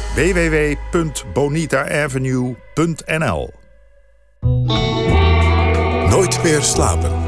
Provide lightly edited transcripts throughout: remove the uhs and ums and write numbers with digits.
www.bonitaavenue.nl. Nooit meer slapen.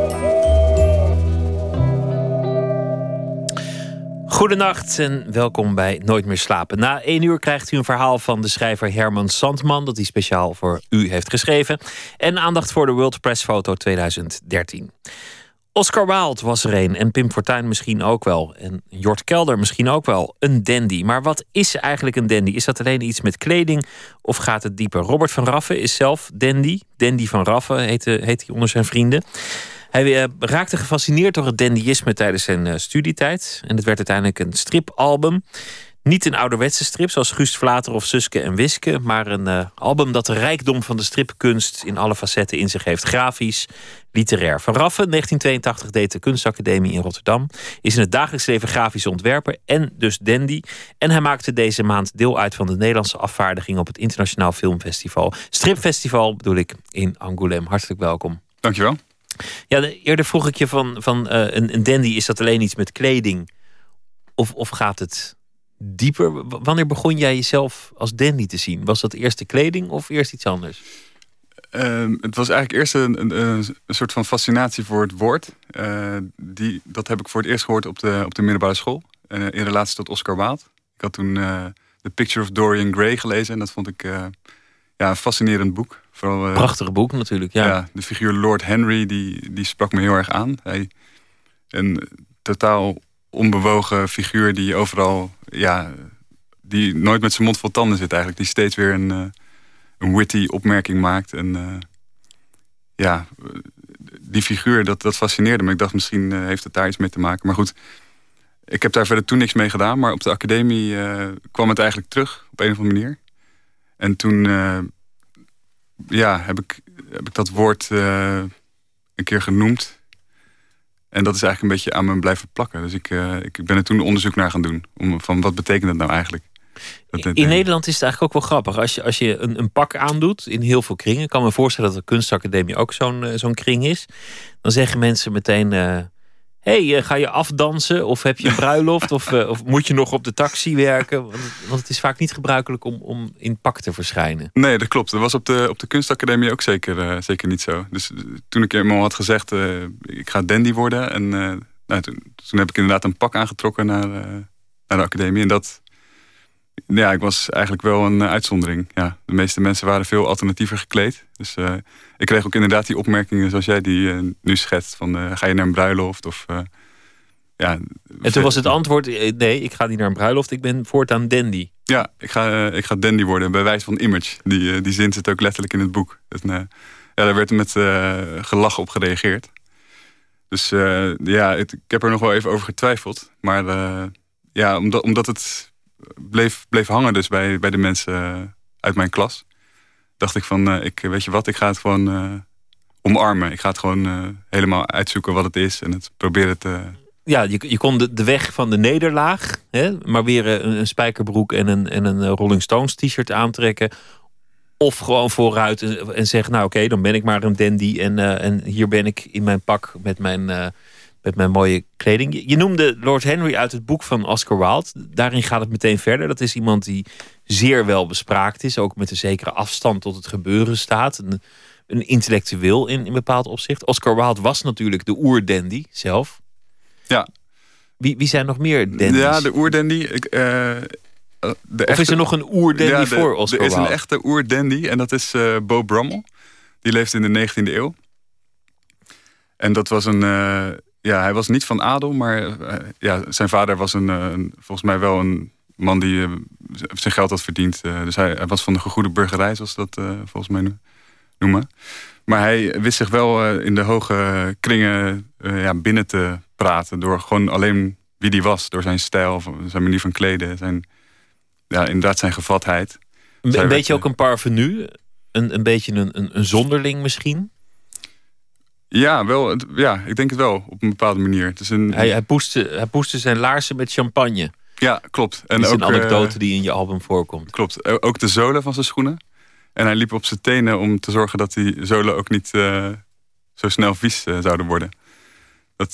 Goedenacht en welkom bij Nooit meer slapen. Na 1 uur krijgt u een verhaal van de schrijver Herman Sandman, dat hij speciaal voor u heeft geschreven. En aandacht voor de World Press Foto 2013. Oscar Wilde was er een en Pim Fortuyn misschien ook wel. En Jort Kelder misschien ook wel. Een dandy. Maar wat is eigenlijk een dandy? Is dat alleen iets met kleding of gaat het dieper? Robert van Raffen is zelf dandy. Dandy van Raffen heet hij onder zijn vrienden. Hij raakte gefascineerd door het dandyisme tijdens zijn studietijd. En het werd uiteindelijk een stripalbum. Niet een ouderwetse strip zoals Guust Vlater of Suske en Wiske, maar een album dat de rijkdom van de stripkunst in alle facetten in zich heeft. Grafisch, literair. Van Raffen, 1982, deed de Kunstacademie in Rotterdam. Is in het dagelijks leven grafisch ontwerper en dus dandy. En hij maakte deze maand deel uit van de Nederlandse afvaardiging op het Internationaal Filmfestival. Stripfestival bedoel ik, in Angoulême. Hartelijk welkom. Dankjewel. Ja, eerder vroeg ik je van een dandy, is dat alleen iets met kleding? Of gaat het dieper? Wanneer begon jij jezelf als dandy te zien? Was dat eerst de kleding of eerst iets anders? Het was eigenlijk eerst een soort van fascinatie voor het woord. Dat heb ik voor het eerst gehoord op de middelbare school. In relatie tot Oscar Wilde. Ik had toen The Picture of Dorian Gray gelezen. En dat vond ik een fascinerend boek. Vooral, prachtig boek natuurlijk, ja. Ja, de figuur Lord Henry, die sprak me heel erg aan. Hij, een totaal onbewogen figuur die overal, die nooit met zijn mond vol tanden zit eigenlijk. Die steeds weer een witty opmerking maakt. En die figuur, dat fascineerde me. Ik dacht, misschien heeft het daar iets mee te maken. Maar goed, ik heb daar verder toen niks mee gedaan. Maar op de academie kwam het eigenlijk terug op een of andere manier. En toen heb ik dat woord een keer genoemd. En dat is eigenlijk een beetje aan me blijven plakken. Dus ik ben er toen onderzoek naar gaan doen. Van wat betekent dat nou eigenlijk? In Nederland is het eigenlijk ook wel grappig. Als je een pak aandoet in heel veel kringen. Ik kan me voorstellen dat de Kunstacademie ook zo'n kring is. Dan zeggen mensen meteen, hey, ga je afdansen? Of heb je een bruiloft? Of moet je nog op de taxi werken? Want het is vaak niet gebruikelijk om in pak te verschijnen. Nee, dat klopt. Dat was op de Kunstacademie ook zeker niet zo. Dus toen ik eenmaal had gezegd, ik ga dandy worden. En toen heb ik inderdaad een pak aangetrokken naar de academie. En ik was eigenlijk wel een uitzondering. Ja, de meeste mensen waren veel alternatiever gekleed. Dus ik kreeg ook inderdaad die opmerkingen zoals jij die nu schetst. Van ga je naar een bruiloft? En toen was het antwoord, nee, ik ga niet naar een bruiloft. Ik ben voortaan dandy. Ja, ik ga dandy worden, bij wijze van image. Die zin zit ook letterlijk in het boek. Daar werd met gelach op gereageerd. Dus ik heb er nog wel even over getwijfeld. Maar omdat het bleef hangen dus bij de mensen uit mijn klas, dacht ik van, weet je wat, ik ga het gewoon omarmen. Ik ga het gewoon helemaal uitzoeken wat het is en het proberen te... Ja, je kon de weg van de nederlaag, maar weer een spijkerbroek en een Rolling Stones t-shirt aantrekken. Of gewoon vooruit en zeggen, nou oké, dan ben ik maar een dandy en hier ben ik in mijn pak met mijn mooie kleding. Je noemde Lord Henry uit het boek van Oscar Wilde. Daarin gaat het meteen verder. Dat is iemand die zeer wel bespraakt is. Ook met een zekere afstand tot het gebeuren staat. Een intellectueel in bepaald opzicht. Oscar Wilde was natuurlijk de oerdandy zelf. Ja. Wie zijn nog meer dandies? Ja, de oerdandy. Of is er nog een oerdandy voor Oscar Wilde? Er is een echte oerdandy en dat is Beau Brummel. Die leefde in de 19e eeuw. En dat was hij was niet van adel, maar zijn vader was volgens mij wel een man die zijn geld had verdiend. Dus hij was van de gegoede burgerij, zoals ze dat volgens mij noemen. Maar hij wist zich wel in de hoge kringen binnen te praten door gewoon alleen wie die was. Door zijn stijl, zijn manier van kleden, inderdaad zijn gevatheid. Een beetje ook een parvenu? Een beetje een zonderling misschien? Ja, wel. Ja, ik denk het wel, op een bepaalde manier. Het is hij poeste zijn laarzen met champagne. Ja, klopt. En dat is ook een anekdote die in je album voorkomt. Klopt. Ook de zolen van zijn schoenen. En hij liep op zijn tenen om te zorgen dat die zolen ook niet zo snel vies zouden worden.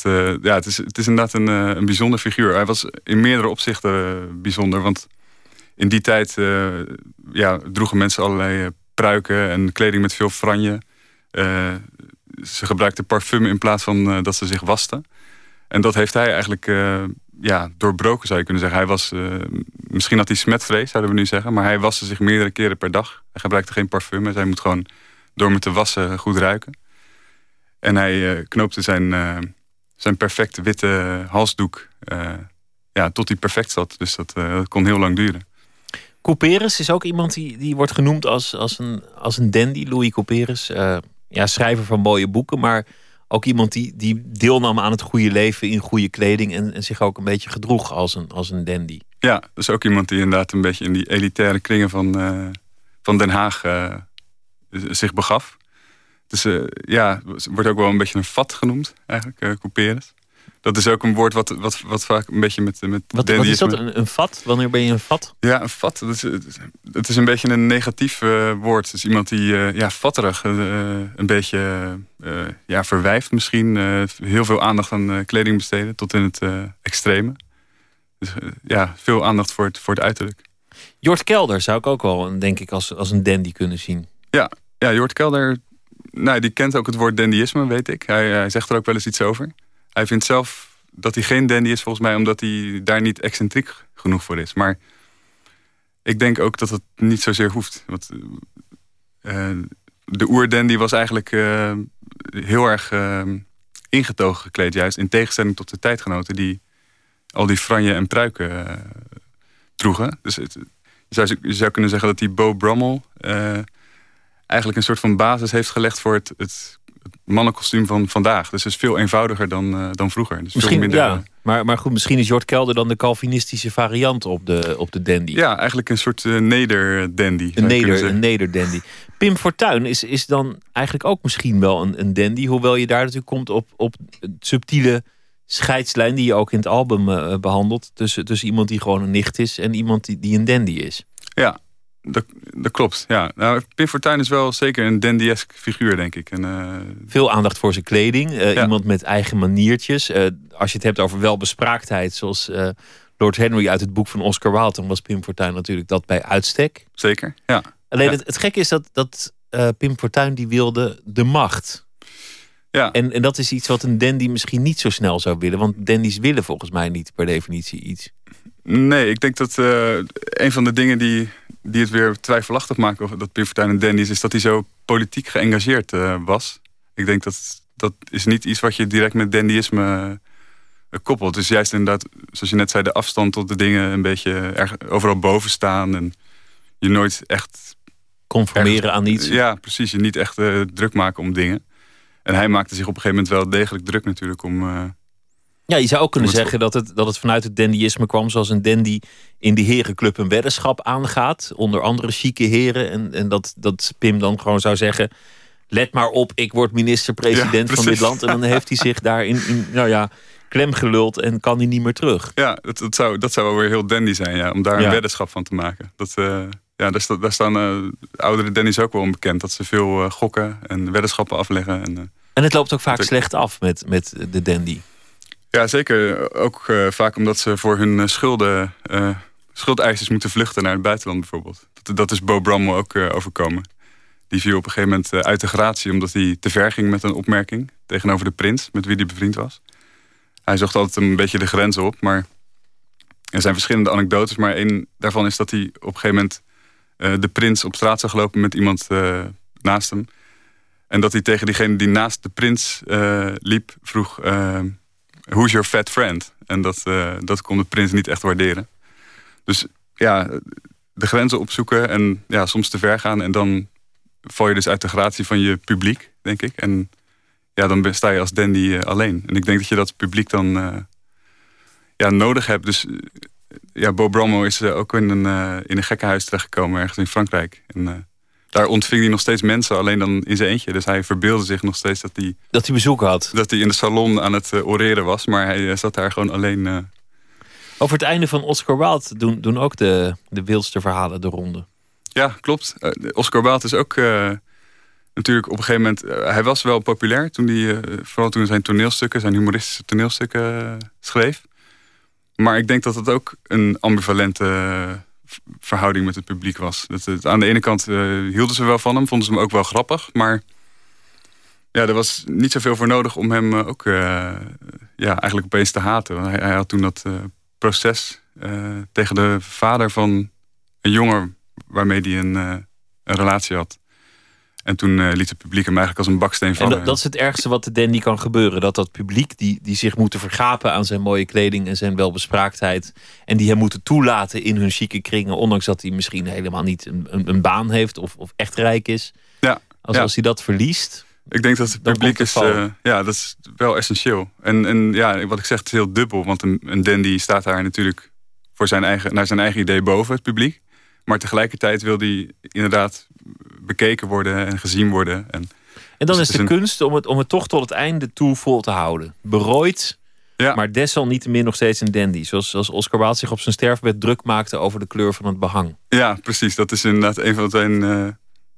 Het is inderdaad een bijzonder figuur. Hij was in meerdere opzichten bijzonder. Want in die tijd droegen mensen allerlei pruiken en kleding met veel franje. Ze gebruikten parfum in plaats van dat ze zich wasten. En dat heeft hij eigenlijk doorbroken, zou je kunnen zeggen. Hij was, misschien had hij smetvrees, zouden we nu zeggen. Maar hij waste zich meerdere keren per dag. Hij gebruikte geen parfum. Dus hij moet gewoon door me te wassen goed ruiken. En hij knoopte zijn perfecte witte halsdoek tot hij perfect zat. Dus dat kon heel lang duren. Couperus is ook iemand die wordt genoemd als een dandy. Louis Couperus, schrijver van mooie boeken, maar ook iemand die deelnam aan het goede leven in goede kleding en zich ook een beetje gedroeg als een dandy. Ja, dat is ook iemand die inderdaad een beetje in die elitaire kringen van Den Haag zich begaf. Dus wordt ook wel een beetje een fat genoed, eigenlijk, Couperus. Dat is ook een woord wat vaak een beetje met wat is dat, een vat? Wanneer ben je een vat? Ja, een vat. Het is een beetje een negatief woord. Het is iemand die vatterig, een beetje verwijfd misschien. Heel veel aandacht aan kleding besteden, tot in het extreme. Dus veel aandacht voor het uiterlijk. Jort Kelder zou ik ook wel, denk ik, als een dandy kunnen zien. Ja, Jort Kelder, die kent ook het woord dandyisme, weet ik. Hij zegt er ook wel eens iets over. Hij vindt zelf dat hij geen dandy is, volgens mij, omdat hij daar niet excentriek genoeg voor is. Maar ik denk ook dat het niet zozeer hoeft. Want de oerdandy was eigenlijk heel erg ingetogen gekleed, juist. In tegenstelling tot de tijdgenoten die al die franje en pruiken droegen. Dus je zou kunnen zeggen dat die Beau Brummel eigenlijk een soort van basis heeft gelegd voor het mannenkostuum van vandaag. Dus het is veel eenvoudiger dan vroeger. Dus misschien, veel minder, maar goed, misschien is Jort Kelder dan de Calvinistische variant op de dandy. Ja, eigenlijk een soort nederdandy. Een nederdandy. Pim Fortuyn is dan eigenlijk ook misschien wel een dandy. Hoewel je daar natuurlijk komt op het subtiele scheidslijn die je ook in het album behandelt. Tussen iemand die gewoon een nicht is en iemand die een dandy is. Ja. Dat klopt, ja. Nou, Pim Fortuyn is wel zeker een dandy-esque figuur, denk ik. Veel aandacht voor zijn kleding. Iemand met eigen maniertjes. Als je het hebt over welbespraaktheid, zoals Lord Henry uit het boek van Oscar Wilde, dan was Pim Fortuyn natuurlijk dat bij uitstek. Zeker, ja. Alleen het gekke is dat Pim Fortuyn die wilde de macht. Ja. En dat is iets wat een dandy misschien niet zo snel zou willen. Want dandies willen volgens mij niet per definitie iets. Nee, ik denk dat een van de dingen die het weer twijfelachtig maken of dat Pim Fortuyn een dandy is dat hij zo politiek geëngageerd was. Ik denk dat is niet iets wat je direct met dandyisme koppelt. Dus juist inderdaad, zoals je net zei, de afstand tot de dingen een beetje overal boven staan en je nooit echt conformeren aan iets. Ja, precies. Je niet echt druk maken om dingen. En hij maakte zich op een gegeven moment wel degelijk druk natuurlijk om. Ja, je zou ook kunnen zeggen dat het vanuit het dandyisme kwam, zoals een dandy in de herenclub een weddenschap aangaat, onder andere chique heren. En dat Pim dan gewoon zou zeggen, let maar op, ik word minister-president van dit land. En dan heeft hij zich daarin klem geluld en kan hij niet meer terug. Ja, dat zou wel weer heel dandy zijn, ja, om daar een weddenschap van te maken. Daar staan oudere dandies ook wel onbekend, dat ze veel gokken en weddenschappen afleggen. En het loopt ook vaak slecht af met de dandy. Ja, zeker. Ook vaak omdat ze voor hun schuldeisers moeten vluchten naar het buitenland bijvoorbeeld. Dat is Beau Brummel ook overkomen. Die viel op een gegeven moment uit de gratie omdat hij te ver ging met een opmerking tegenover de prins met wie hij bevriend was. Hij zocht altijd een beetje de grenzen op, maar er zijn verschillende anekdotes. Maar één daarvan is dat hij op een gegeven moment de prins op straat zag lopen met iemand naast hem. En dat hij tegen diegene die naast de prins liep vroeg, who's your fat friend? En dat kon de prins niet echt waarderen. Dus ja, de grenzen opzoeken en ja, soms te ver gaan. En dan val je dus uit de gratie van je publiek, denk ik. En ja, dan sta je als dandy alleen. En ik denk dat je dat publiek dan nodig hebt. Dus ja, Beau Brummel is ook in een gekkenhuis terechtgekomen ergens in Frankrijk. En daar ontving hij nog steeds mensen, alleen dan in zijn eentje. Dus hij verbeeldde zich nog steeds dat hij bezoek had. Dat hij in de salon aan het oreren was. Maar hij zat daar gewoon alleen. Over het einde van Oscar Wilde doen ook de wildste verhalen de ronde. Ja, klopt. Oscar Wilde is ook natuurlijk op een gegeven moment. Hij was wel populair vooral toen zijn toneelstukken, zijn humoristische toneelstukken schreef. Maar ik denk dat het ook een ambivalente verhouding met het publiek was. Aan de ene kant hielden ze wel van hem, vonden ze hem ook wel grappig, maar ja, er was niet zoveel voor nodig om hem ook eigenlijk opeens te haten. Hij had toen dat proces tegen de vader van een jongen waarmee hij een relatie had. En toen liet het publiek hem eigenlijk als een baksteen vallen. En dat is het ergste wat de dandy kan gebeuren. Dat publiek die zich moeten vergapen aan zijn mooie kleding en zijn welbespraaktheid. En die hem moeten toelaten in hun chique kringen. Ondanks dat hij misschien helemaal niet een baan heeft of echt rijk is. Ja, als hij dat verliest. Ik denk dat het publiek is, dat is wel essentieel. En ja, wat ik zeg, het is heel dubbel. Want een dandy staat daar natuurlijk naar zijn eigen idee boven het publiek. Maar tegelijkertijd wil die inderdaad bekeken worden en gezien worden. En dan is de kunst om het toch tot het einde toe vol te houden. Berooid, maar desalniettemin nog steeds een dandy. Zoals Oscar Wilde zich op zijn sterfbed druk maakte over de kleur van het behang. Ja, precies. Dat is inderdaad een van de...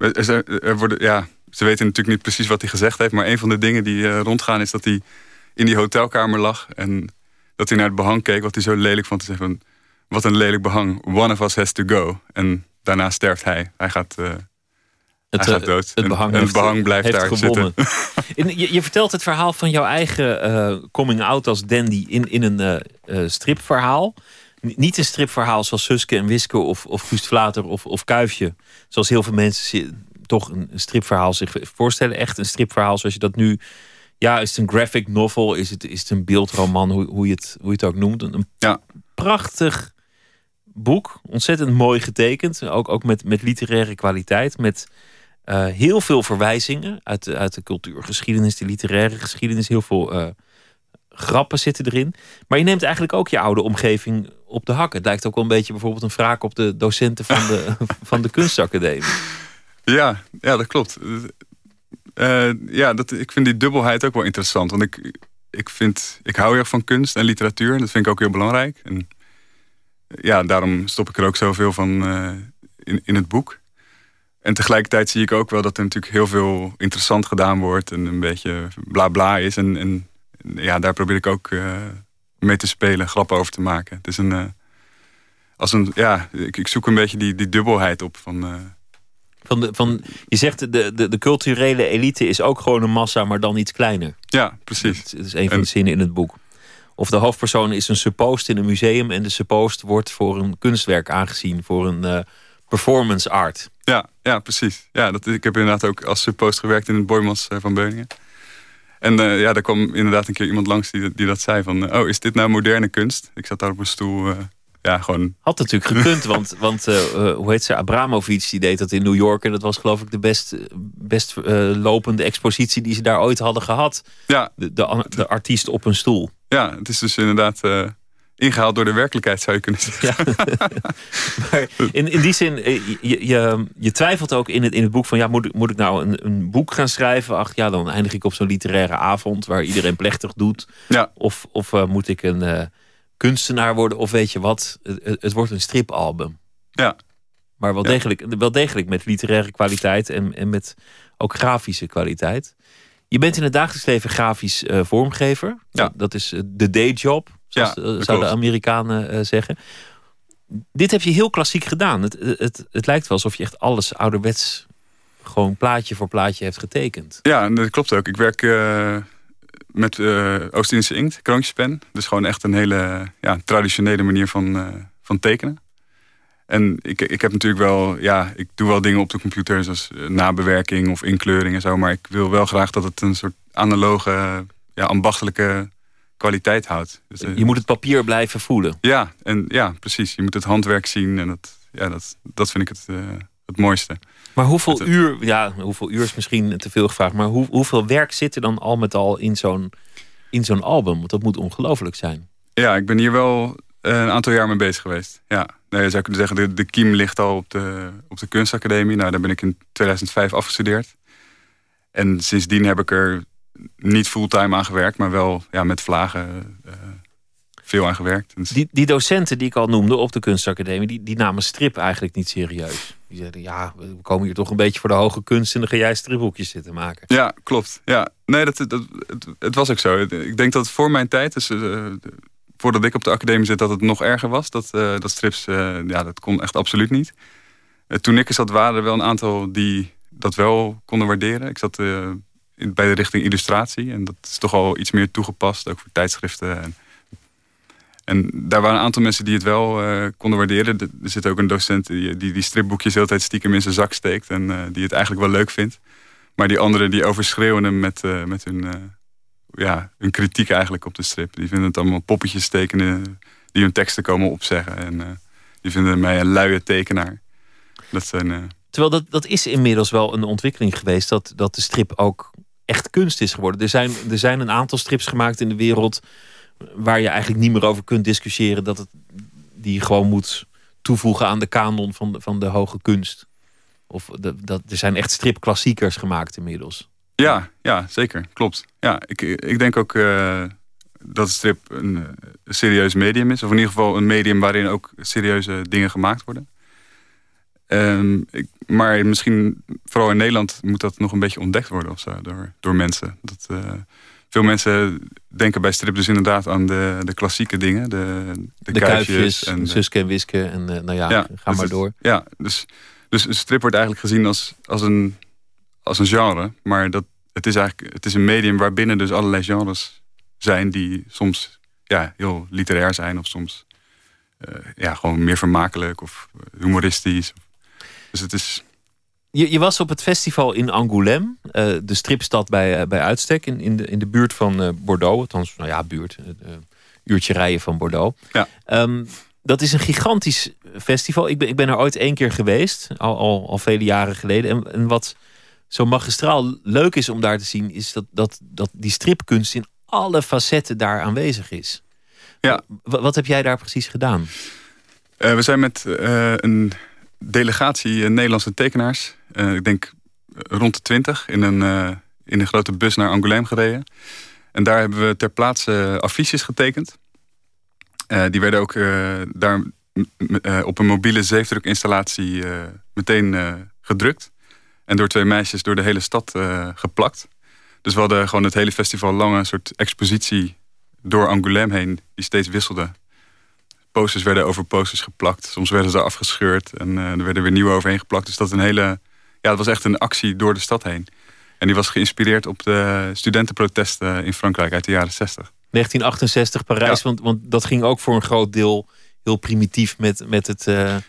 Ze weten natuurlijk niet precies wat hij gezegd heeft. Maar een van de dingen die rondgaan is dat hij in die hotelkamer lag. En dat hij naar het behang keek, wat hij zo lelijk vond. Te zeggen, wat een lelijk behang. One of us has to go. En daarna sterft hij. Hij gaat dood. Het behang blijft daar gewonnen. zitten. Je vertelt het verhaal van jouw eigen coming out als dandy in een stripverhaal. Niet een stripverhaal zoals Suske en Wiske of Guust Vlater of Kuifje. Zoals heel veel mensen toch een stripverhaal zich voorstellen. Echt een stripverhaal zoals je dat nu... Ja, is het een graphic novel? Is het een beeldroman? Hoe je het ook noemt. Een prachtig boek. Ontzettend mooi getekend. Ook met literaire kwaliteit. Met heel veel verwijzingen uit de cultuurgeschiedenis, de literaire geschiedenis. Heel veel grappen zitten erin. Maar je neemt eigenlijk ook je oude omgeving op de hak. Het lijkt ook wel een beetje bijvoorbeeld een wraak op de docenten van de kunstacademie. Ja, dat klopt. Ik vind die dubbelheid ook wel interessant. Want ik hou heel erg van kunst en literatuur. Dat vind ik ook heel belangrijk. En daarom stop ik er ook zoveel van in het boek. En tegelijkertijd zie ik ook wel dat er natuurlijk heel veel interessant gedaan wordt. En een beetje bla bla is. En daar probeer ik ook mee te spelen, grappen over te maken. Het is ik zoek een beetje die dubbelheid op je zegt de culturele elite is ook gewoon een massa, maar dan iets kleiner. Ja, precies. Het is een van de zinnen in het boek. Of de hoofdpersoon is een suppost in een museum en de suppost wordt voor een kunstwerk aangezien, voor een performance art. Ja, precies. Ja, ik heb inderdaad ook als suppost gewerkt in het Boijmans van Beuningen. En daar kwam inderdaad een keer iemand langs die dat zei van... is dit nou moderne kunst? Ik zat daar op een stoel... gewoon... Had natuurlijk gekund, want hoe heet ze? Abramovic, die deed dat in New York. En dat was geloof ik de best lopende expositie die ze daar ooit hadden gehad. Ja. De artiest op een stoel. Ja, het is dus inderdaad ingehaald door de werkelijkheid, zou je kunnen zeggen. Ja. Maar in die zin, je twijfelt ook in het boek van... moet ik nou een boek gaan schrijven? Ach ja, dan eindig ik op zo'n literaire avond... waar iedereen plechtig doet. Ja. Of moet ik een... kunstenaar worden of weet je wat, het wordt een stripalbum. Ja. Maar wel degelijk met literaire kwaliteit en met ook grafische kwaliteit. Je bent in het dagelijks leven grafisch vormgever. Ja. Dat is de dayjob, zoals zouden de Amerikanen zeggen. Dit heb je heel klassiek gedaan. Het lijkt wel alsof je echt alles ouderwets gewoon plaatje voor plaatje hebt getekend. Ja, dat klopt ook. Ik werk... met Oost-Indische inkt, kroontjespen. Dus gewoon echt een hele traditionele manier van tekenen. En ik heb natuurlijk wel... ik doe wel dingen op de computer... zoals nabewerking of inkleuring en zo. Maar ik wil wel graag dat het een soort analoge... ambachtelijke kwaliteit houdt. Dus, je moet het papier blijven voelen. Ja, precies. Je moet het handwerk zien. En dat vind ik het mooiste. Maar hoeveel uur is misschien te veel gevraagd... maar hoeveel werk zit er dan al met al in zo'n album? Want dat moet ongelooflijk zijn. Ja, ik ben hier wel een aantal jaar mee bezig geweest. Ja, je zou kunnen zeggen, de kiem ligt al op de kunstacademie. Nou, daar ben ik in 2005 afgestudeerd. En sindsdien heb ik er niet fulltime aan gewerkt... maar wel met vlagen veel aan gewerkt. Dus... Die docenten die ik al noemde op de kunstacademie... die namen strip eigenlijk niet serieus. Die zeiden, we komen hier toch een beetje voor de hoge kunst... en dan ga jij stripboekjes zitten maken. Ja, klopt. Ja. Nee, het was ook zo. Ik denk dat voor mijn tijd, dus voordat ik op de academie zat, dat het nog erger was. Dat strips, dat kon echt absoluut niet. Toen ik er zat, waren er wel een aantal die dat wel konden waarderen. Ik zat bij de richting illustratie. En dat is toch al iets meer toegepast, ook voor tijdschriften. En daar waren een aantal mensen die het wel konden waarderen. Er zit ook een docent die stripboekjes de hele tijd stiekem in zijn zak steekt. En die het eigenlijk wel leuk vindt. Maar die anderen die overschreeuwen hem met hun kritiek eigenlijk op de strip. Die vinden het allemaal poppetjes tekenen die hun teksten komen opzeggen. En die vinden mij een luie tekenaar. Dat zijn... Terwijl dat is inmiddels wel een ontwikkeling geweest. Dat de strip ook echt kunst is geworden. Er zijn een aantal strips gemaakt in de wereld waar je eigenlijk niet meer over kunt discussiëren. Die je gewoon moet toevoegen aan de kanon van de hoge kunst. Of er zijn echt stripklassiekers gemaakt inmiddels. Ja, zeker. Klopt. Ja, ik denk ook dat strip een serieus medium is. Of in ieder geval een medium waarin ook serieuze dingen gemaakt worden. Maar misschien, vooral in Nederland, moet dat nog een beetje ontdekt worden of zo, door mensen. Veel mensen denken bij strip dus inderdaad aan de klassieke dingen. De kuifjes en Suske en Wiske en ga maar door. Ja, dus een strip wordt eigenlijk gezien als een genre. Maar het is een medium waarbinnen dus allerlei genres zijn die soms heel literair zijn of soms gewoon meer vermakelijk of humoristisch. Dus het is... Je was op het festival in Angoulême, de stripstad bij uitstek, in de buurt van Bordeaux. Althans, buurt. Uurtje rijden van Bordeaux. Ja. Dat is een gigantisch festival. Ik ben er ooit 1 keer geweest, al vele jaren geleden. En wat zo magistraal leuk is om daar te zien, is dat die stripkunst in alle facetten daar aanwezig is. Ja. Wat heb jij daar precies gedaan? We zijn met een delegatie Nederlandse tekenaars, ik denk rond de 20, in een grote bus naar Angoulême gereden. En daar hebben we ter plaatse affiches getekend. Die werden ook daar op een mobiele zeefdrukinstallatie meteen gedrukt. En door 2 meisjes door de hele stad geplakt. Dus we hadden gewoon het hele festival lang een soort expositie door Angoulême heen, die steeds wisselde. Posters werden over posters geplakt. Soms werden ze afgescheurd en er werden weer nieuwe overheen geplakt. Dus dat was echt een actie door de stad heen. En die was geïnspireerd op de studentenprotesten in Frankrijk uit de jaren 60. 1968 Parijs, ja. want dat ging ook voor een groot deel heel primitief met het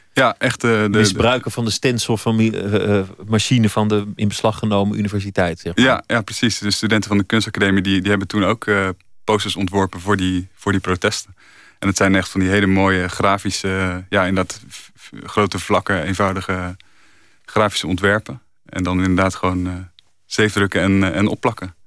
misbruiken van de stencilmachine van de in beslag genomen universiteit. Zeg maar. Ja, precies. De studenten van de kunstacademie die hebben toen ook posters ontworpen voor die protesten. En het zijn echt van die hele mooie grafische, inderdaad grote vlakke, eenvoudige grafische ontwerpen. En dan inderdaad gewoon zeefdrukken en opplakken.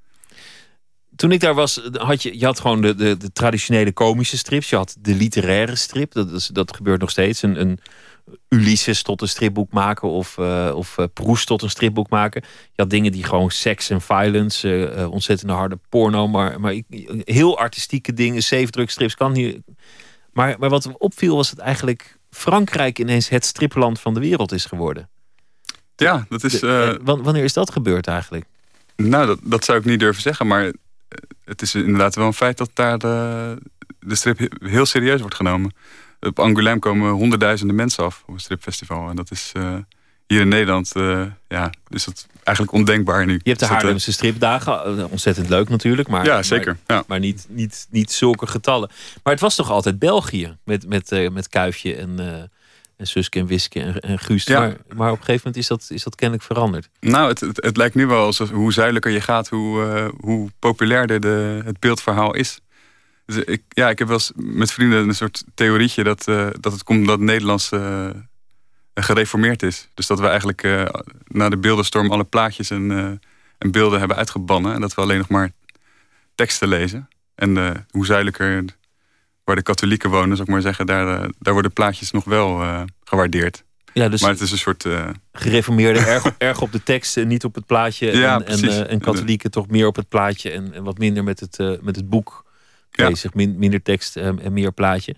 Toen ik daar was, je had gewoon de traditionele komische strips. Je had de literaire strip. Dat gebeurt nog steeds. Een Ulysses tot een stripboek maken. Of Proust tot een stripboek maken. Je had dingen die gewoon seks en violence. Ontzettende harde porno. Maar heel artistieke dingen. Zeefdrukstrips kan hier. Maar wat me opviel was dat eigenlijk Frankrijk ineens het stripland van de wereld is geworden. Ja, dat is... Wanneer is dat gebeurd eigenlijk? Nou, dat zou ik niet durven zeggen. Maar het is inderdaad wel een feit dat daar de strip heel serieus wordt genomen. Op Angoulême komen honderdduizenden mensen af op een stripfestival. En dat is hier in Nederland is dat eigenlijk ondenkbaar nu. Je hebt de Haarlemse stripdagen. Ontzettend leuk natuurlijk. Maar, ja, zeker. Maar niet zulke getallen. Maar het was toch altijd België. Met Kuifje en Suske en Wiske en Guus. Ja. Maar op een gegeven moment is dat kennelijk veranderd. Nou, het lijkt nu wel alsof hoe zuidelijker je gaat, hoe populairder het beeldverhaal is. Dus ik heb wel eens met vrienden een soort theorietje dat het komt omdat het Nederlands gereformeerd is. Dus dat we eigenlijk na de beeldenstorm alle plaatjes en beelden hebben uitgebannen. En dat we alleen nog maar teksten lezen. En hoe zuidelijker, waar de katholieken wonen, zou ik maar zeggen, daar worden plaatjes nog wel gewaardeerd. Ja, dus maar het is een soort... gereformeerde erg op de tekst en niet op het plaatje. Ja, en katholieken toch meer op het plaatje en wat minder met het boek bezig. Minder tekst en meer plaatje.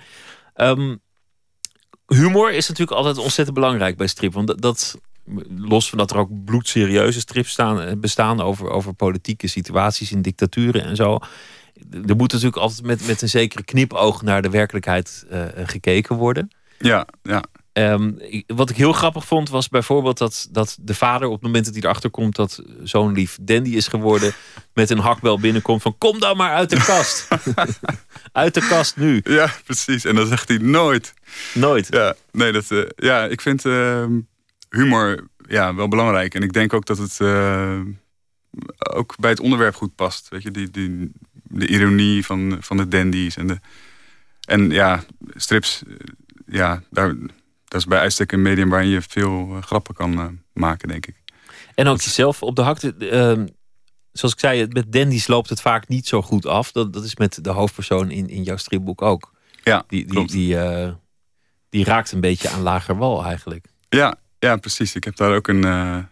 Humor is natuurlijk altijd ontzettend belangrijk bij strip. Want dat los van dat er ook bloedserieuze strips bestaan over politieke situaties in dictaturen en zo. Er moet natuurlijk altijd met een zekere knipoog naar de werkelijkheid gekeken worden. Ja. Wat ik heel grappig vond was bijvoorbeeld dat de vader op het moment dat hij erachter komt dat zo'n lief dandy is geworden, met een hakbel binnenkomt van kom dan maar uit de kast. Uit de kast nu. Ja, precies. En dan zegt hij nooit. Nooit. Ja, nee, ik vind humor wel belangrijk. En ik denk ook dat het ook bij het onderwerp goed past. Weet je, de ironie van de dandies en strips. Dat is bij uitstek een medium waarin je veel grappen kan maken, denk ik. En ook jezelf op de hak. Zoals ik zei, met dandies loopt het vaak niet zo goed af. Dat is met de hoofdpersoon in jouw stripboek ook. Ja, die raakt een beetje aan lager wal eigenlijk. Ja, precies. Ik heb daar ook een...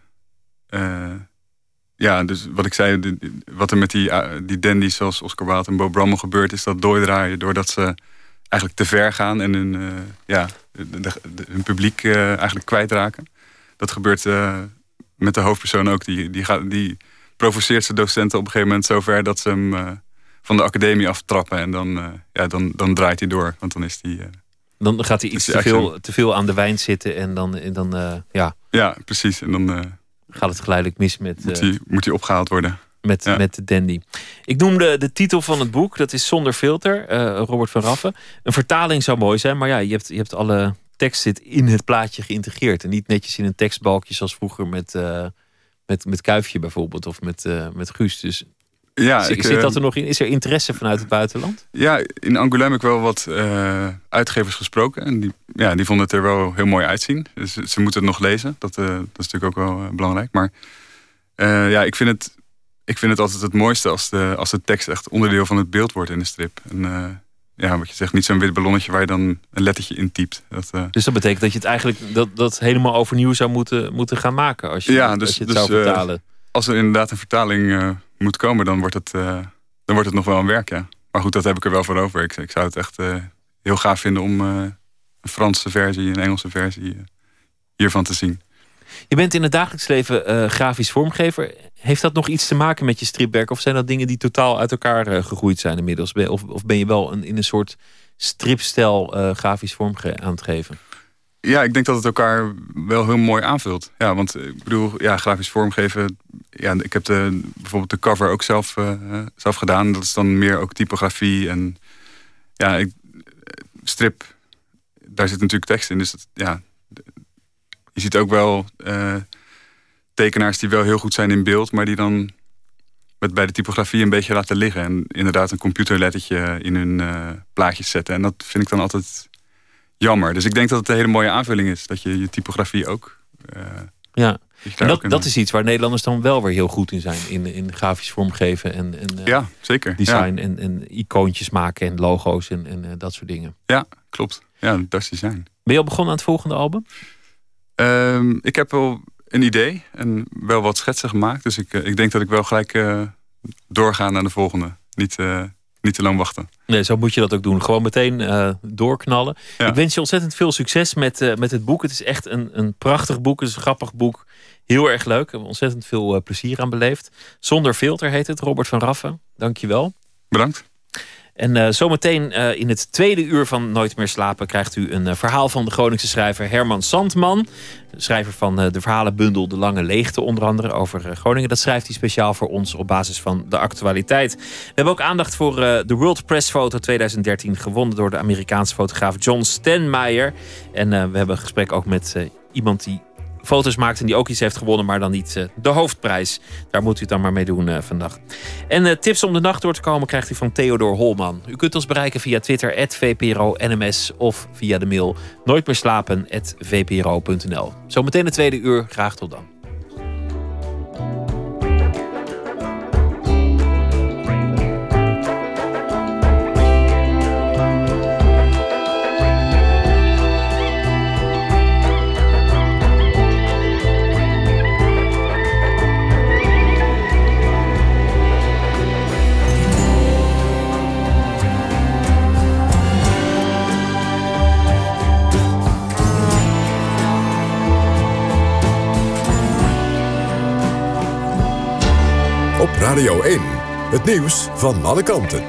dus wat ik zei, wat er met die dandies zoals Oscar Wilde en Beau Brummel gebeurt, is dat doordraaien doordat ze eigenlijk te ver gaan en hun publiek eigenlijk kwijtraken. Dat gebeurt met de hoofdpersoon ook. Die provoceert zijn docenten op een gegeven moment zover dat ze hem van de academie aftrappen. En dan draait hij door. Want dan is hij... dan gaat hij iets te veel aan de wijn zitten en dan. Ja, precies. En dan gaat het geleidelijk mis met... Moet hij opgehaald worden. Met de dandy. Ik noemde de titel van het boek. Dat is Zonder Filter. Robert van Raffen. Een vertaling zou mooi zijn. Maar ja, je hebt alle tekst zit in het plaatje geïntegreerd. En niet netjes in een tekstbalkje zoals vroeger met Kuifje bijvoorbeeld. Of met Guus. Dus zit dat er nog in? Is er interesse vanuit het buitenland? Ja, in Angoulême heb ik wel wat uitgevers gesproken. En die vonden het er wel heel mooi uitzien. Dus ze moeten het nog lezen. Dat is natuurlijk ook wel belangrijk. Maar ik vind het altijd het mooiste als de tekst echt onderdeel van het beeld wordt in de strip. En wat je zegt, niet zo'n wit ballonnetje waar je dan een lettertje in typt. Dus dat betekent dat je het eigenlijk dat helemaal overnieuw zou moeten gaan maken als je het zou vertalen. Als er inderdaad een vertaling moet komen, dan wordt het nog wel een werk, ja. Maar goed, dat heb ik er wel voor over. Ik zou het echt heel gaaf vinden om een Franse versie, een Engelse versie hiervan te zien. Je bent in het dagelijks leven grafisch vormgever. Heeft dat nog iets te maken met je stripwerk? Of zijn dat dingen die totaal uit elkaar gegroeid zijn inmiddels? Of ben je wel in een soort stripstijl grafisch vorm aan het geven? Ja, ik denk dat het elkaar wel heel mooi aanvult. Ja, want ik bedoel, grafisch vormgeven. Ja, ik heb bijvoorbeeld de cover ook zelf gedaan. Dat is dan meer ook typografie. En strip, daar zit natuurlijk tekst in. Dus je ziet ook wel tekenaars die wel heel goed zijn in beeld, maar die dan bij de typografie een beetje laten liggen. En inderdaad een computerlettertje in hun plaatjes zetten. En dat vind ik dan altijd jammer. Dus ik denk dat het een hele mooie aanvulling is. Dat je typografie ook... Dat is iets waar Nederlanders dan wel weer heel goed in zijn. In grafisch vormgeven en zeker. Design en icoontjes maken en logo's en dat soort dingen. Ja, klopt. Ja, dat is design. Ben je al begonnen aan het volgende album? Ik heb wel een idee en wel wat schetsen gemaakt. Dus ik denk dat ik wel gelijk doorga naar de volgende. Niet te lang wachten. Nee, zo moet je dat ook doen. Gewoon meteen doorknallen. Ja. Ik wens je ontzettend veel succes met het boek. Het is echt een prachtig boek. Het is een grappig boek. Heel erg leuk. Ik heb ontzettend veel plezier aan beleefd. Zonder Filter heet het. Robert van Raffen. Dank je wel. Bedankt. En zometeen in het tweede uur van Nooit meer slapen krijgt u een verhaal van de Groningse schrijver Herman Sandman. Schrijver van de verhalenbundel De Lange Leegte onder andere over Groningen. Dat schrijft hij speciaal voor ons op basis van de actualiteit. We hebben ook aandacht voor de World Press Foto 2013 gewonnen door de Amerikaanse fotograaf John Stenmeyer. En we hebben een gesprek ook met iemand die foto's maakt en die ook iets heeft gewonnen, maar dan niet de hoofdprijs. Daar moet u het dan maar mee doen vandaag. En tips om de nacht door te komen krijgt u van Theodor Holman. U kunt ons bereiken via Twitter @VPRO-NMS of via de mail nooitmeerslapen@vpro.nl. Zometeen het tweede uur. Graag tot dan. Op Radio 1, Het nieuws van alle kanten.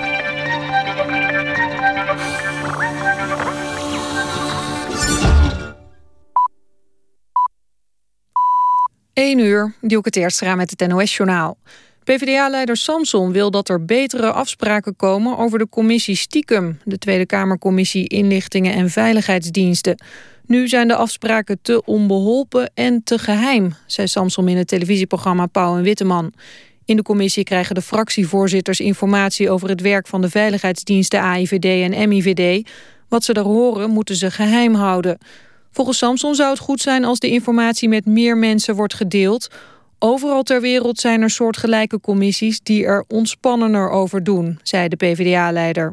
1:00, Dielke Teerstra met het NOS-journaal. PvdA-leider Samson wil dat er betere afspraken komen over de commissie Stiekem, de Tweede Kamercommissie Inlichtingen en Veiligheidsdiensten. Nu zijn de afspraken te onbeholpen en te geheim, zei Samson in het televisieprogramma Pauw en Witteman. In de commissie krijgen de fractievoorzitters informatie over het werk van de veiligheidsdiensten AIVD en MIVD. Wat ze daar horen, moeten ze geheim houden. Volgens Samson zou het goed zijn als de informatie met meer mensen wordt gedeeld. Overal ter wereld zijn er soortgelijke commissies die er ontspannender over doen, zei de PvdA-leider.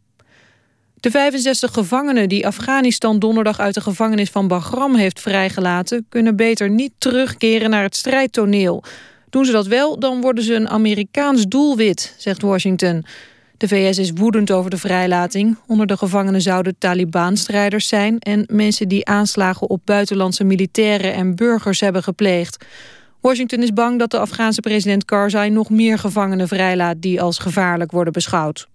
De 65 gevangenen die Afghanistan donderdag uit de gevangenis van Bagram heeft vrijgelaten, kunnen beter niet terugkeren naar het strijdtoneel. Doen ze dat wel, dan worden ze een Amerikaans doelwit, zegt Washington. De VS is woedend over de vrijlating. Onder de gevangenen zouden Taliban-strijders zijn en mensen die aanslagen op buitenlandse militairen en burgers hebben gepleegd. Washington is bang dat de Afghaanse president Karzai nog meer gevangenen vrijlaat die als gevaarlijk worden beschouwd.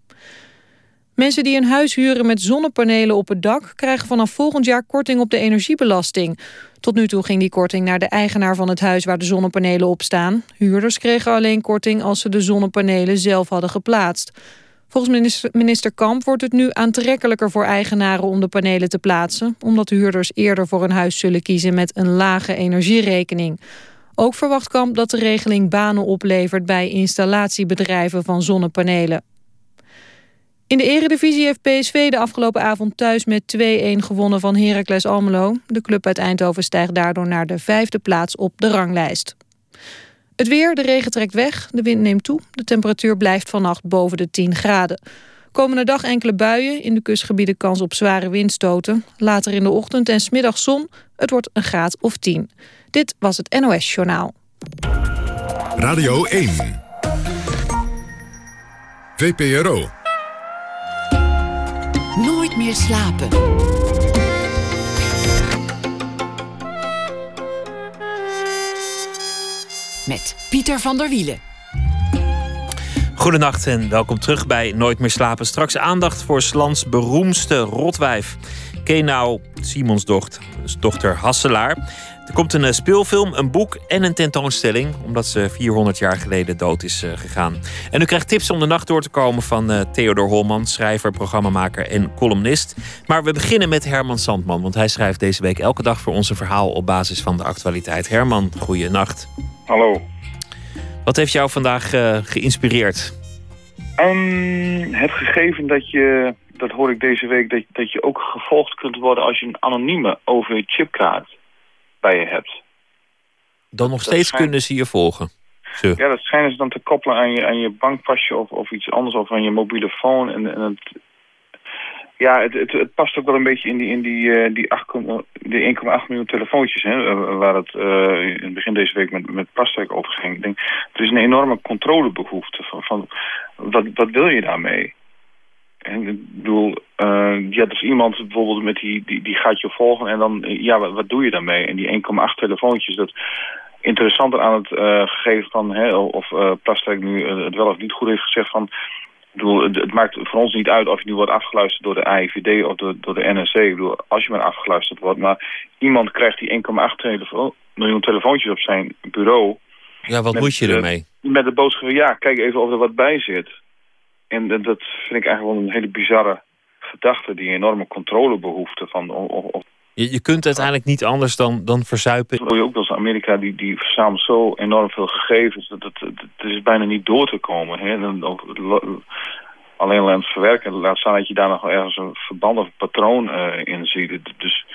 Mensen die een huis huren met zonnepanelen op het dak krijgen vanaf volgend jaar korting op de energiebelasting. Tot nu toe ging die korting naar de eigenaar van het huis waar de zonnepanelen op staan. Huurders kregen alleen korting als ze de zonnepanelen zelf hadden geplaatst. Volgens minister Kamp wordt het nu aantrekkelijker voor eigenaren om de panelen te plaatsen, omdat huurders eerder voor een huis zullen kiezen met een lage energierekening. Ook verwacht Kamp dat de regeling banen oplevert bij installatiebedrijven van zonnepanelen. In de eredivisie heeft PSV de afgelopen avond thuis met 2-1 gewonnen van Heracles Almelo. De club uit Eindhoven stijgt daardoor naar de 5e plaats op de ranglijst. Het weer, de regen trekt weg, de wind neemt toe. De temperatuur blijft vannacht boven de 10 graden. Komende dag enkele buien, in de kustgebieden kans op zware windstoten. Later in de ochtend en 's middags zon, het wordt een graad of 10. Dit was het NOS Journaal. Radio 1. VPRO. Nooit meer slapen. Met Pieter van der Wielen. Goedenacht en welkom terug bij Nooit meer slapen. Straks aandacht voor 's lands beroemdste rotwijf. Kenau Simonsdochter Hasselaar. Er komt een speelfilm, een boek en een tentoonstelling, omdat ze 400 jaar geleden dood is gegaan. En u krijgt tips om de nacht door te komen van Theodor Holman, schrijver, programmamaker en columnist. Maar we beginnen met Herman Sandman, want hij schrijft deze week elke dag voor ons een verhaal op basis van de actualiteit. Herman, goeienacht. Hallo. Wat heeft jou vandaag geïnspireerd? Het gegeven dat hoor ik deze week, dat je ook gevolgd kunt worden als je een anonieme OV-chipkaart bij je hebt. Dan nog steeds kunnen ze je volgen? Ja, dat schijnen ze dan te koppelen aan je bankpasje of iets anders, of aan je mobiele phone. En het past ook wel een beetje in die 1,8 miljoen telefoontjes, hè, waar het in het begin deze week met Plasterk over ging. Ik denk, er is een enorme controlebehoefte van wat wil je daarmee? En ik bedoel, dus iemand bijvoorbeeld met die gaat je volgen en dan, wat doe je daarmee? En die 1,8 telefoontjes, dat interessanter aan het gegeven van, of Plasterk nu het wel of niet goed heeft gezegd van, ik bedoel, het maakt voor ons niet uit of je nu wordt afgeluisterd door de AIVD of door de NRC. Ik bedoel, als je maar afgeluisterd wordt, maar iemand krijgt die 1,8 miljoen telefoontjes op zijn bureau. Ja, wat moet je ermee? Met de boodschap, kijk even of er wat bij zit. En dat vind ik eigenlijk wel een hele bizarre gedachte, die enorme controlebehoefte van. Je kunt uiteindelijk niet anders dan verzuipen. Dat hoor je ook als Amerika, die verzamelt zo enorm veel gegevens. Dat het is bijna niet door te komen. Hè? Alleen al aan het verwerken. Laat staan dat je daar nog wel ergens een verband of een patroon in ziet. Dus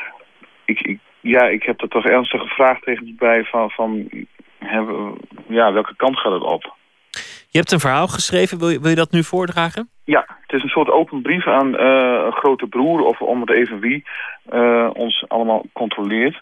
ik heb er toch ernstige vraagtekens bij van welke kant gaat het op? Je hebt een verhaal geschreven, wil je dat nu voordragen? Ja, het is een soort open brief aan een grote broer, of om het even wie, ons allemaal controleert.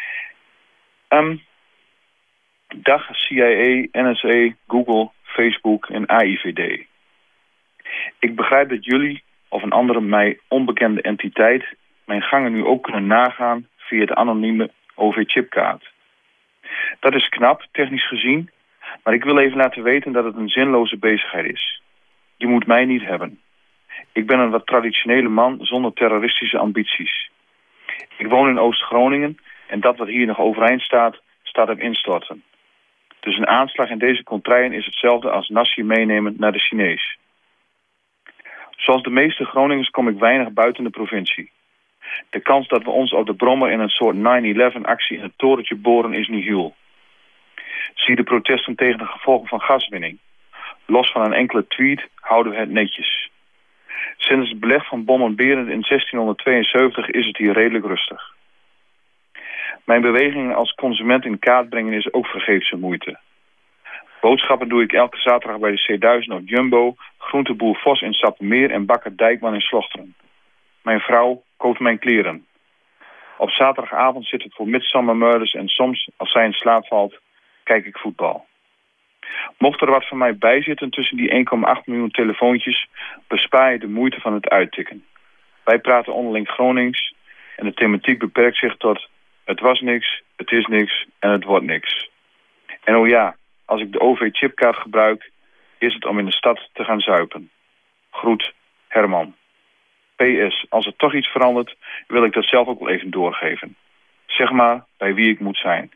Dag CIA, NSA, Google, Facebook en AIVD. Ik begrijp dat jullie of een andere mij onbekende entiteit mijn gangen nu ook kunnen nagaan via de anonieme OV-chipkaart. Dat is knap, technisch gezien. Maar ik wil even laten weten dat het een zinloze bezigheid is. Je moet mij niet hebben. Ik ben een wat traditionele man zonder terroristische ambities. Ik woon in Oost-Groningen en dat wat hier nog overeind staat, staat op instorten. Dus een aanslag in deze contraien is hetzelfde als nasi meenemen naar de Chinees. Zoals de meeste Groningers kom ik weinig buiten de provincie. De kans dat we ons op de brommer in een soort 9/11-actie in het torentje boren is nihil. Zie de protesten tegen de gevolgen van gaswinning. Los van een enkele tweet houden we het netjes. Sinds het beleg van Bommen-Berend in 1672 is het hier redelijk rustig. Mijn bewegingen als consument in kaart brengen is ook vergeefse moeite. Boodschappen doe ik elke zaterdag bij de C1000 of Jumbo, groenteboer Vos in Sappemeer en bakker Dijkman in Slochteren. Mijn vrouw koopt mijn kleren. Op zaterdagavond zit ik voor Midsomer Murders en soms, als zij in slaap valt, kijk ik voetbal. Mocht er wat van mij bijzitten tussen die 1,8 miljoen telefoontjes, bespaar je de moeite van het uittikken. Wij praten onderling Gronings en de thematiek beperkt zich tot het was niks, het is niks en het wordt niks. En oh ja, als ik de OV-chipkaart gebruik, is het om in de stad te gaan zuipen. Groet, Herman. PS, als er toch iets verandert, wil ik dat zelf ook wel even doorgeven. Zeg maar bij wie ik moet zijn.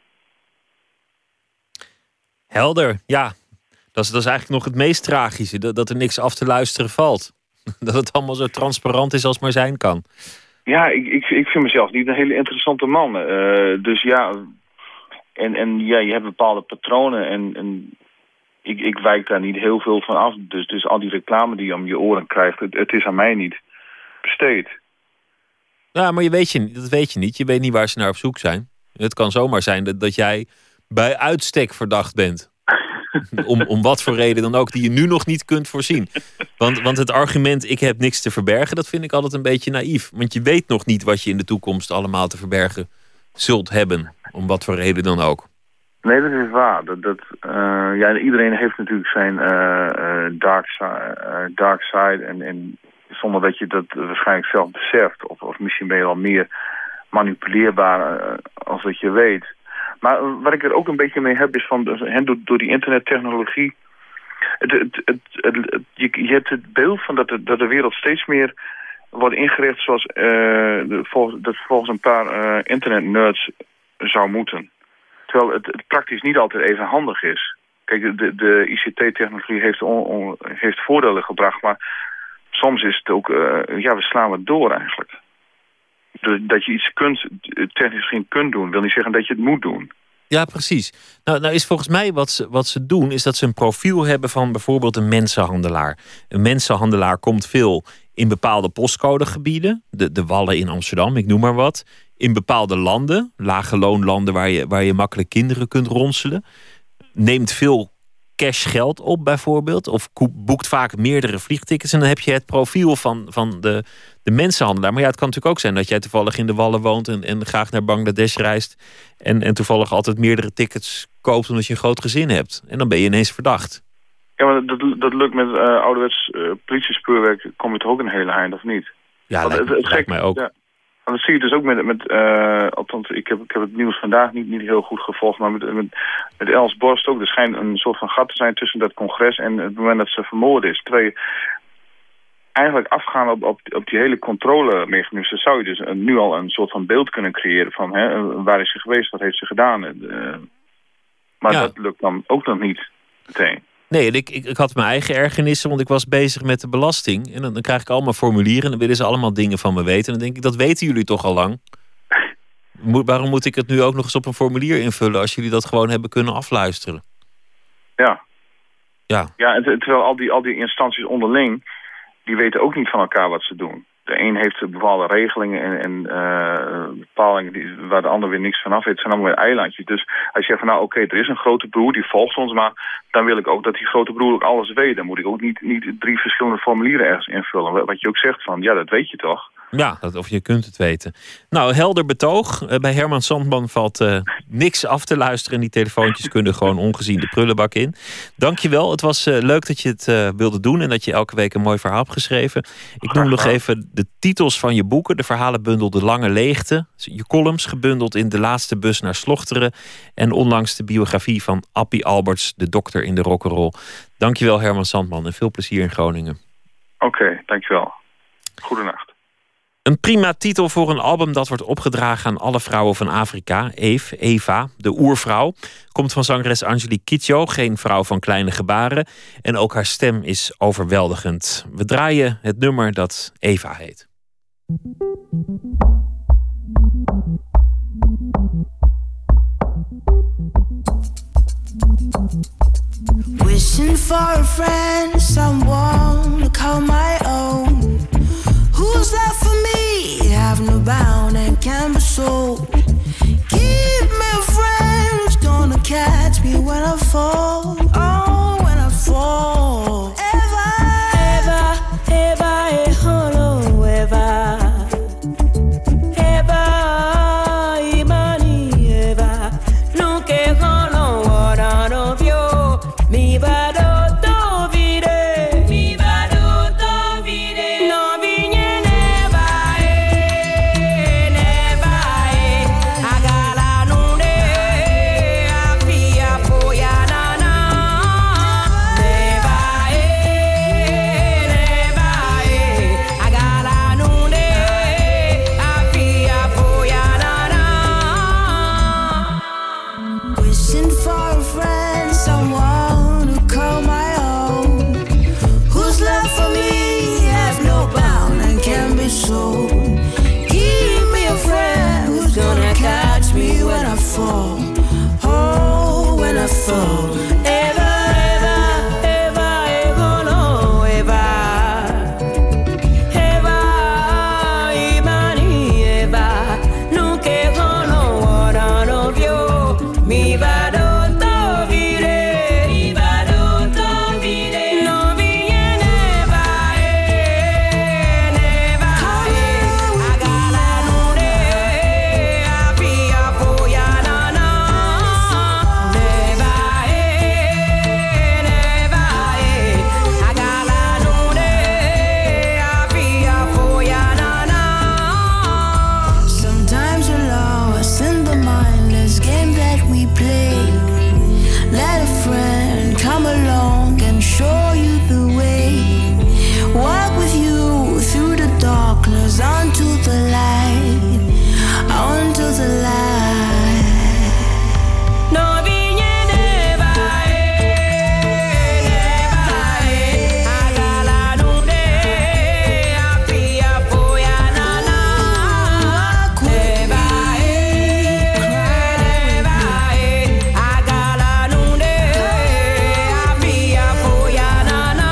Helder, ja. Dat is eigenlijk nog het meest tragische. Dat er niks af te luisteren valt. Dat het allemaal zo transparant is als maar zijn kan. Ja, ik vind mezelf niet een hele interessante man. Dus ja, en ja, je hebt bepaalde patronen en ik wijk daar niet heel veel van af. Dus al die reclame die je om je oren krijgt, het is aan mij niet besteed. Ja, maar dat weet je niet. Je weet niet waar ze naar op zoek zijn. Het kan zomaar zijn dat jij bij uitstek verdacht bent. Om wat voor reden dan ook, die je nu nog niet kunt voorzien. Want het argument, ik heb niks te verbergen, dat vind ik altijd een beetje naïef. Want je weet nog niet wat je in de toekomst allemaal te verbergen zult hebben. Om wat voor reden dan ook. Nee, dat is waar. Ja, iedereen heeft natuurlijk zijn dark side. En zonder dat je dat waarschijnlijk zelf beseft. Of misschien ben je wel meer manipuleerbaar als dat je weet. Maar wat ik er ook een beetje mee heb is van door die internettechnologie. Je hebt het beeld van dat de wereld steeds meer wordt ingericht zoals volgens een paar internetnerds zou moeten. Terwijl het praktisch niet altijd even handig is. Kijk, de ICT-technologie heeft voordelen gebracht, maar soms is het ook, we slaan het door eigenlijk. Dat je iets technisch misschien kunt doen, wil niet zeggen dat je het moet doen. Ja, precies. Nou is volgens mij wat ze doen, is dat ze een profiel hebben van bijvoorbeeld een mensenhandelaar. Een mensenhandelaar komt veel in bepaalde postcodegebieden. De Wallen in Amsterdam, ik noem maar wat. In bepaalde landen, lage loonlanden waar je makkelijk kinderen kunt ronselen. Neemt veel cashgeld op bijvoorbeeld. Of boekt vaak meerdere vliegtickets. En dan heb je het profiel van de mensenhandelaar. Maar ja, het kan natuurlijk ook zijn dat jij toevallig in de Wallen woont en graag naar Bangladesh reist. En toevallig altijd meerdere tickets koopt omdat je een groot gezin hebt. En dan ben je ineens verdacht. Ja, maar dat lukt met ouderwets politiespeurwerk. Kom je toch ook een hele eind, of niet? Ja, dat lijkt mij ook. Ja. Dat zie je dus ook met althans, ik heb het nieuws vandaag niet heel goed gevolgd, maar met Els Borst ook. Er schijnt een soort van gat te zijn tussen dat congres en het moment dat ze vermoord is. Terwijl je eigenlijk afgaan op die hele controlemechanisme, zou je dus nu al een soort van beeld kunnen creëren van waar is ze geweest, wat heeft ze gedaan. Maar ja, dat lukt dan ook nog niet meteen. Nee, en ik had mijn eigen ergernissen, want ik was bezig met de belasting. En dan krijg ik allemaal formulieren en dan willen ze allemaal dingen van me weten. En dan denk ik, dat weten jullie toch al lang? Waarom moet ik het nu ook nog eens op een formulier invullen als jullie dat gewoon hebben kunnen afluisteren? Ja, en terwijl al die instanties onderling, die weten ook niet van elkaar wat ze doen. De een heeft bepaalde regelingen en bepalingen waar de ander weer niks van af weet. Het zijn allemaal weer eilandjes. Dus als je zegt van oké, er is een grote broer, die volgt ons, maar dan wil ik ook dat die grote broer ook alles weet. Dan moet ik ook niet 3 verschillende formulieren ergens invullen. Wat je ook zegt van, ja, dat weet je toch. Ja, of je kunt het weten. Nou, helder betoog. Bij Herman Sandman valt niks af te luisteren. En die telefoontjes kunnen gewoon ongezien de prullenbak in. Dankjewel. Het was leuk dat je het wilde doen. En dat je elke week een mooi verhaal hebt geschreven. Ik noem nog even de titels van je boeken. De verhalenbundel De Lange Leegte. Je columns gebundeld in De Laatste Bus naar Slochteren. En onlangs de biografie van Appie Alberts, de dokter in de rock'n'roll. Dankjewel Herman Sandman en veel plezier in Groningen. Oké, dankjewel. Goedenacht. Een prima titel voor een album dat wordt opgedragen aan alle vrouwen van Afrika. Eva, de oervrouw, komt van zangeres Angelique Kidjo, geen vrouw van kleine gebaren. En ook haar stem is overweldigend. We draaien het nummer dat Eva heet. Wishing for a friend, someone to call my own. Who's there for me? Have no bound and can be sold. Give me a friend who's gonna catch me when I fall. Oh, when I fall. Eva, Eva, Eva, hello, Eva. Eva, Imani, Eva. Nunca hello, what I know you. Mi vado to vide. Mi vado to vide. No vigne. Oh, when I fall. Eva, Eva, Eva, Eva, no, Eva. Eva, Imani, Eva. Nunca no one of you. Mi vado to vire. Mi vado to vire. No viene Eva, Eva. Agala nure, apia foya. Onto the light, onto the light. No viene Eva, agala nure, apia foya nana. Eva, agala nure, apia foya nana.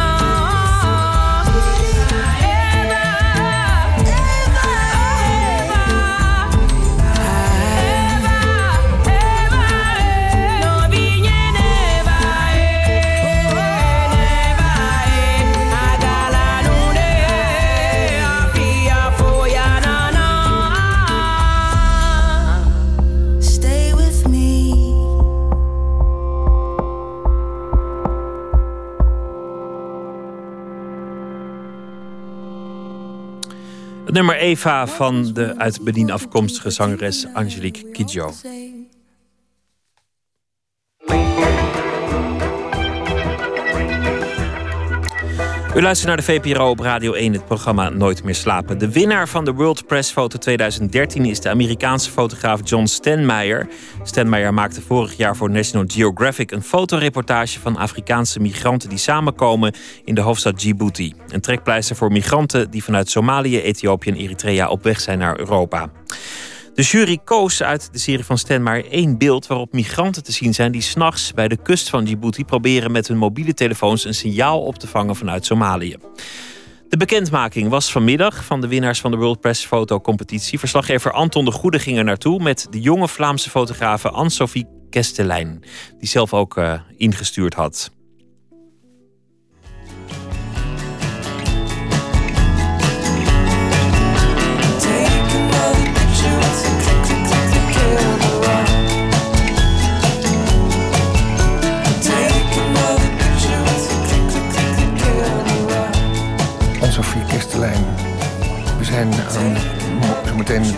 Het nummer Eva van de uit Benin afkomstige zangeres Angelique Kidjo. U luistert naar de VPRO op Radio 1, het programma Nooit meer slapen. De winnaar van de World Press Photo 2013 is de Amerikaanse fotograaf John Stenmeyer. Stenmeyer maakte vorig jaar voor National Geographic een fotoreportage van Afrikaanse migranten die samenkomen in de hoofdstad Djibouti. Een trekpleister voor migranten die vanuit Somalië, Ethiopië en Eritrea op weg zijn naar Europa. De jury koos uit de serie van Stenmeyer 1 beeld waarop migranten te zien zijn die 's nachts bij de kust van Djibouti proberen met hun mobiele telefoons een signaal op te vangen vanuit Somalië. De bekendmaking was vanmiddag van de winnaars van de World Press Fotocompetitie. Verslaggever Anton de Goede ging er naartoe met de jonge Vlaamse fotografe Anne-Sophie Kestelijn, die zelf ook ingestuurd had.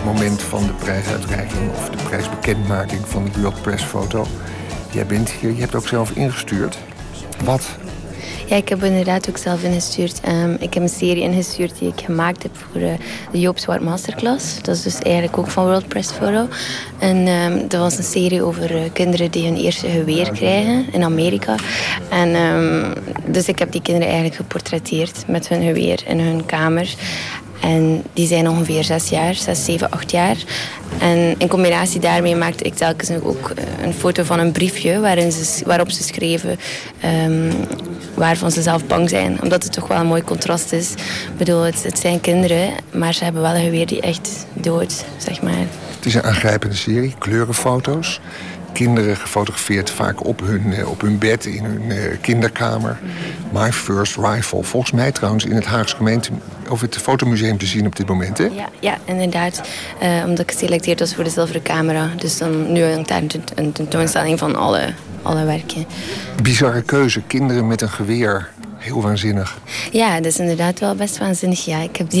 moment van de prijsuitreiking of de prijsbekendmaking van de World Press Foto. Jij bent hier, je hebt ook zelf ingestuurd. Wat? Ja, ik heb inderdaad ook zelf ingestuurd. Ik heb een serie ingestuurd die ik gemaakt heb voor de Joop Zwart Masterclass. Dat is dus eigenlijk ook van World Press Photo. En dat was een serie over kinderen die hun eerste geweer krijgen in Amerika. En dus ik heb die kinderen eigenlijk geportretteerd met hun geweer in hun kamer. En die zijn ongeveer 6 jaar, 6, 7, 8 jaar. En in combinatie daarmee maakte ik telkens ook een foto van een briefje waarop ze schreven waarvan ze zelf bang zijn. Omdat het toch wel een mooi contrast is. Ik bedoel, het zijn kinderen, maar ze hebben wel een geweer die echt dood, zeg maar. Het is een aangrijpende serie, kleurenfoto's. Kinderen gefotografeerd vaak op hun bed, in hun kinderkamer. My First Rifle. Volgens mij trouwens in het Haagse gemeente of het fotomuseum te zien op dit moment, hè? Ja, inderdaad. Omdat ik geselecteerd was voor de zilveren camera. Dus dan nu hangt daar een tentoonstelling van alle werken. Bizarre keuze, kinderen met een geweer. Heel waanzinnig. Ja, dat is inderdaad wel best waanzinnig. Ja.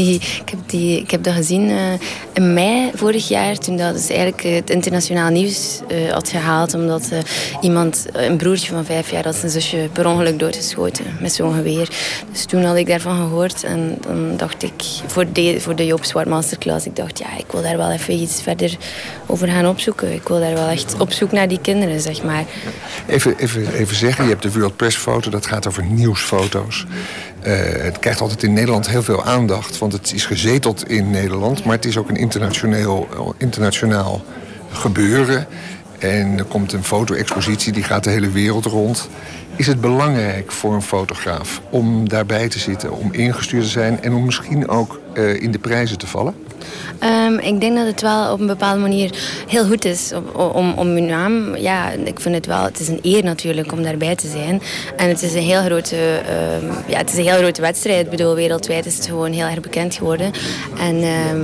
Ik heb dat gezien in mei vorig jaar, toen dat dus eigenlijk het internationaal nieuws had gehaald, omdat iemand, een broertje van 5 jaar, had zijn zusje per ongeluk doodgeschoten met zo'n geweer. Dus toen had ik daarvan gehoord en dan dacht ik, voor de Joop Zwart Masterclass, ik dacht, ja, ik wil daar wel even iets verder over gaan opzoeken. Ik wil daar wel echt op zoek naar die kinderen, zeg maar. Even zeggen, je hebt de World Press Foto, dat gaat over nieuwsfoto's. Het krijgt altijd in Nederland heel veel aandacht, want het is gezeteld in Nederland, maar het is ook een internationaal gebeuren. En er komt een foto-expositie, die gaat de hele wereld rond. Is het belangrijk voor een fotograaf om daarbij te zitten, om ingestuurd te zijn en om misschien ook in de prijzen te vallen? Ik denk dat het wel op een bepaalde manier heel goed is om uw naam. Ja, ik vind het wel. Het is een eer natuurlijk om daarbij te zijn. En het is een heel grote wedstrijd. Ik bedoel, wereldwijd is het gewoon heel erg bekend geworden. En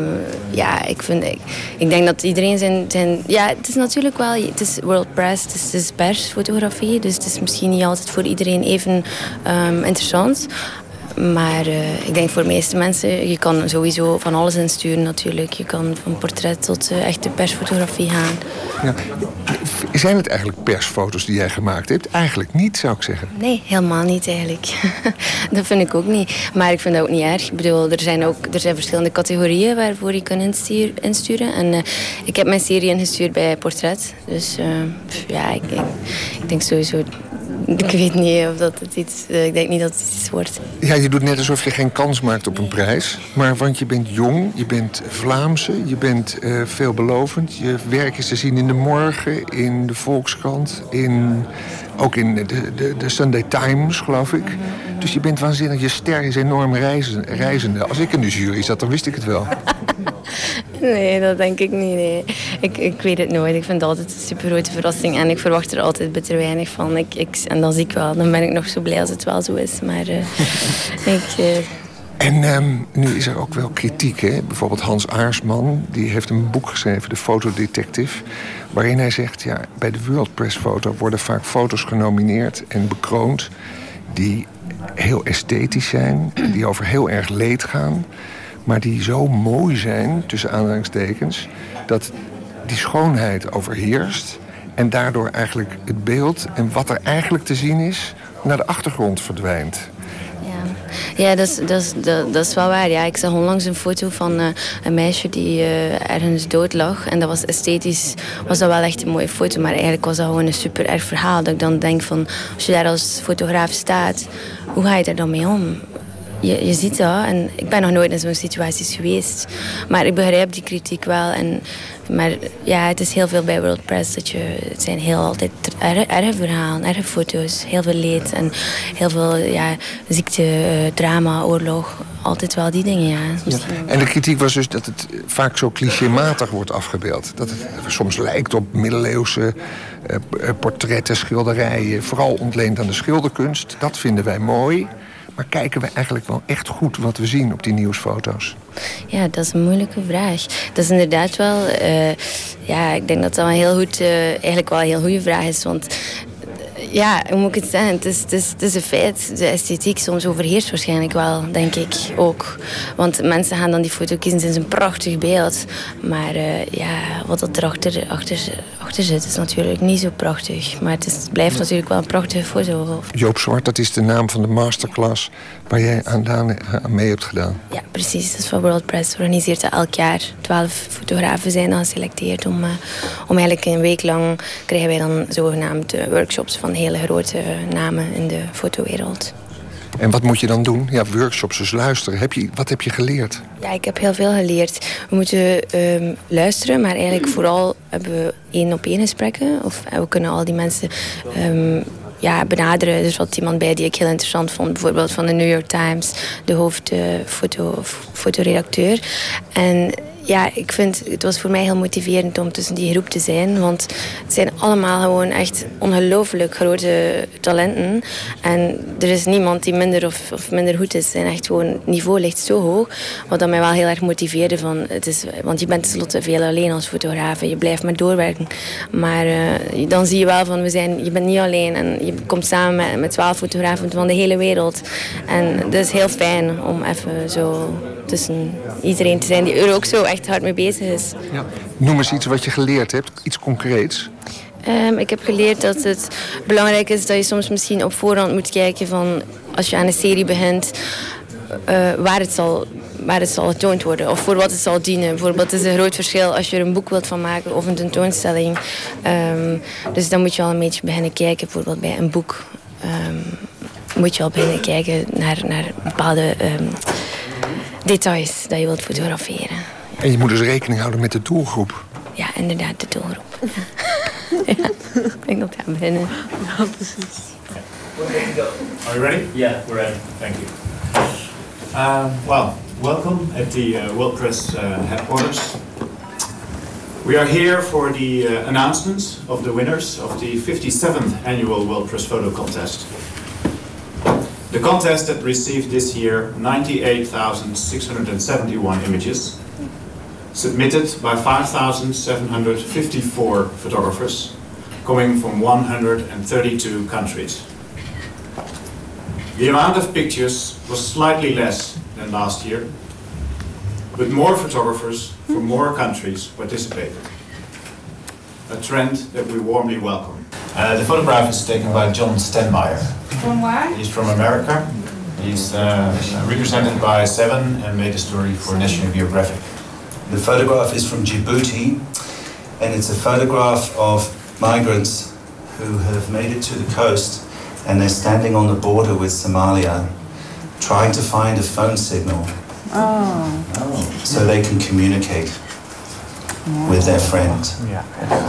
ik denk dat iedereen zijn. Ja, het is natuurlijk wel. Het is World Press, het is persfotografie. Dus het is misschien niet altijd voor iedereen even interessant. Maar ik denk voor de meeste mensen, je kan sowieso van alles insturen natuurlijk. Je kan van portret tot echte persfotografie gaan. Ja. Zijn het eigenlijk persfoto's die jij gemaakt hebt? Eigenlijk niet, zou ik zeggen. Nee, helemaal niet eigenlijk. Dat vind ik ook niet. Maar ik vind dat ook niet erg. Ik bedoel, er zijn verschillende categorieën waarvoor je kan insturen. En ik heb mijn serie ingestuurd bij portret. Dus ik denk sowieso. Ik weet niet of dat het iets. Ik denk niet dat het iets wordt. Ja, je doet net alsof je geen kans maakt op een prijs. Maar want je bent jong, je bent Vlaamse, je bent veelbelovend. Je werk is te zien in de Morgen, in de Volkskrant, ook in de Sunday Times, geloof ik. Dus je bent waanzinnig. Je ster is enorm reizende. Als ik in de jury zat, dan wist ik het wel. Nee, dat denk ik niet. Nee. Ik weet het nooit. Ik vind het altijd een super grote verrassing. En ik verwacht er altijd bitter weinig van. En dan zie ik wel. Dan ben ik nog zo blij als het wel zo is. Maar En nu is er ook wel kritiek, hè? Bijvoorbeeld Hans Aarsman, die heeft een boek geschreven, De Fotodetective, waarin hij zegt, ja, bij de World Press Foto worden vaak foto's genomineerd en bekroond die heel esthetisch zijn, die over heel erg leed gaan, maar die zo mooi zijn, tussen aanhalingstekens, dat die schoonheid overheerst en daardoor eigenlijk het beeld en wat er eigenlijk te zien is naar de achtergrond verdwijnt. Ja, dat is wel waar. Ja, ik zag onlangs een foto van een meisje die ergens dood lag. En dat was esthetisch, was dat wel echt een mooie foto. Maar eigenlijk was dat gewoon een super erg verhaal. Dat ik dan denk van, als je daar als fotograaf staat, hoe ga je daar dan mee om? Je ziet dat en ik ben nog nooit in zo'n situatie geweest. Maar ik begrijp die kritiek wel. Maar ja, het is heel veel bij World Press. Het zijn heel altijd erge verhalen, erge foto's. Heel veel leed en heel veel ziekte, drama, oorlog. Altijd wel die dingen, ja. Ja. En de kritiek was dus dat het vaak zo clichématig wordt afgebeeld. Dat het soms lijkt op middeleeuwse portretten, schilderijen. Vooral ontleend aan de schilderkunst. Dat vinden wij mooi. Maar kijken we eigenlijk wel echt goed wat we zien op die nieuwsfoto's? Ja, dat is een moeilijke vraag. Dat is inderdaad wel. Ik denk dat dat eigenlijk wel een heel goede vraag is. Want Ja, hoe moet ik het zeggen? Het is een feit. De esthetiek soms overheerst waarschijnlijk wel, denk ik ook. Want mensen gaan dan die foto kiezen, het is een prachtig beeld. Maar wat dat achter zit, is natuurlijk niet zo prachtig. Maar het blijft natuurlijk wel een prachtige foto. Joop Zwart, dat is de naam van de masterclass waar jij aan mee hebt gedaan. Ja, precies. Dat is van World Press. Organiseert dat elk jaar. 12 fotografen zijn dan geselecteerd om eigenlijk een week lang krijgen wij dan zogenaamd workshops van hele grote namen in de fotowereld. En wat moet je dan doen? Ja, workshops, dus luisteren. Wat heb je geleerd? Ja, ik heb heel veel geleerd. We moeten luisteren, maar eigenlijk vooral hebben we 1-op-1 gesprekken. We kunnen al die mensen benaderen. Er zat iemand bij die ik heel interessant vond. Bijvoorbeeld van de New York Times, de hoofdfotoredacteur. En ja, ik vind, het was voor mij heel motiverend om tussen die groep te zijn. Want het zijn allemaal gewoon echt ongelooflijk grote talenten. En er is niemand die minder of minder goed is. En echt gewoon, het niveau ligt zo hoog. Wat dat mij wel heel erg motiveerde. Want je bent tenslotte veel alleen als fotograaf. Je blijft maar doorwerken. Maar dan zie je wel van, je bent niet alleen. En je komt samen met 12 fotografen van de hele wereld. En dat is heel fijn om even zo tussen iedereen te zijn die er ook zo echt hard mee bezig is. Ja. Noem eens iets wat je geleerd hebt, iets concreets. Ik heb geleerd dat het belangrijk is dat je soms misschien op voorhand moet kijken van, als je aan een serie begint, waar het zal getoond worden of voor wat het zal dienen. Bijvoorbeeld, het is een groot verschil als je er een boek wilt van maken of een tentoonstelling. Dus dan moet je al een beetje beginnen kijken. Bijvoorbeeld bij een boek moet je al beginnen kijken naar bepaalde details dat je wilt fotograferen. En je moet dus rekening houden met de doelgroep. Ja, inderdaad, de doelgroep. Ja, ik moet gaan beginnen. Ja, precies. Are you ready? Yeah, we're ready. Thank you. Welcome at the World Press headquarters. We are here for the announcement of the winners of the 57th annual World Press Photo Contest. The contest that received this year 98,671 images, submitted by 5,754 photographers, coming from 132 countries. The amount of pictures was slightly less than last year, but more photographers from more countries participated. A trend that we warmly welcome. The photograph is taken by John Stenmeyer. From where? He's from America. He's represented by Seven and made a story for National Geographic. The photograph is from Djibouti, and it's a photograph of migrants who have made it to the coast, and they're standing on the border with Somalia, trying to find a phone signal. So they can communicate with their friends. Yeah.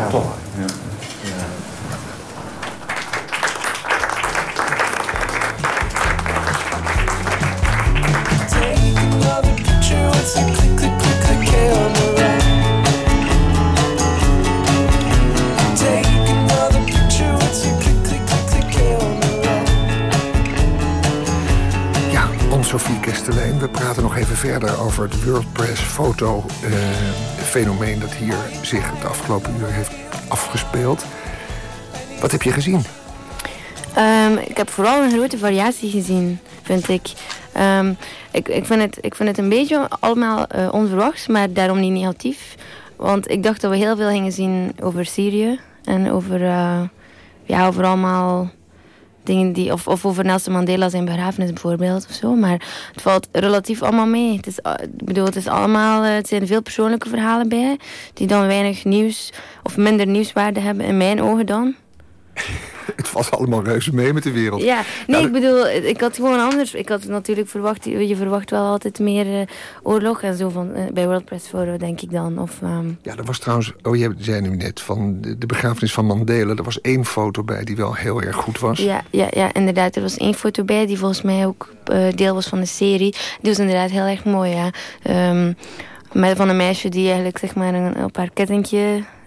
Sophie Kestelijn, we praten nog even verder over het World Press foto fenomeen dat hier zich het afgelopen uur heeft afgespeeld. Wat heb je gezien? Ik heb vooral een grote variatie gezien, vind ik. Ik vind het een beetje allemaal onverwachts, maar daarom niet negatief. Want ik dacht dat we heel veel gingen zien over Syrië en over allemaal dingen die, of over Nelson Mandela zijn begrafenis bijvoorbeeld of zo. Maar het valt relatief allemaal mee. Het zijn veel persoonlijke verhalen bij, die dan weinig nieuws of minder nieuwswaarde hebben in mijn ogen dan. Het valt allemaal reuze mee met de wereld. Ja, nee, ik bedoel, ik had gewoon anders. Ik had natuurlijk verwacht, je verwacht wel altijd meer oorlog en zo bij World Press Photo, denk ik dan. Ja, er was trouwens, je zei nu net van de begrafenis van Mandela. Er was 1 foto bij die wel heel erg goed was. Ja, inderdaad. Er was 1 foto bij die volgens mij ook deel was van de serie. Die was inderdaad heel erg mooi, ja. Van een meisje die eigenlijk zeg maar op haar kettentje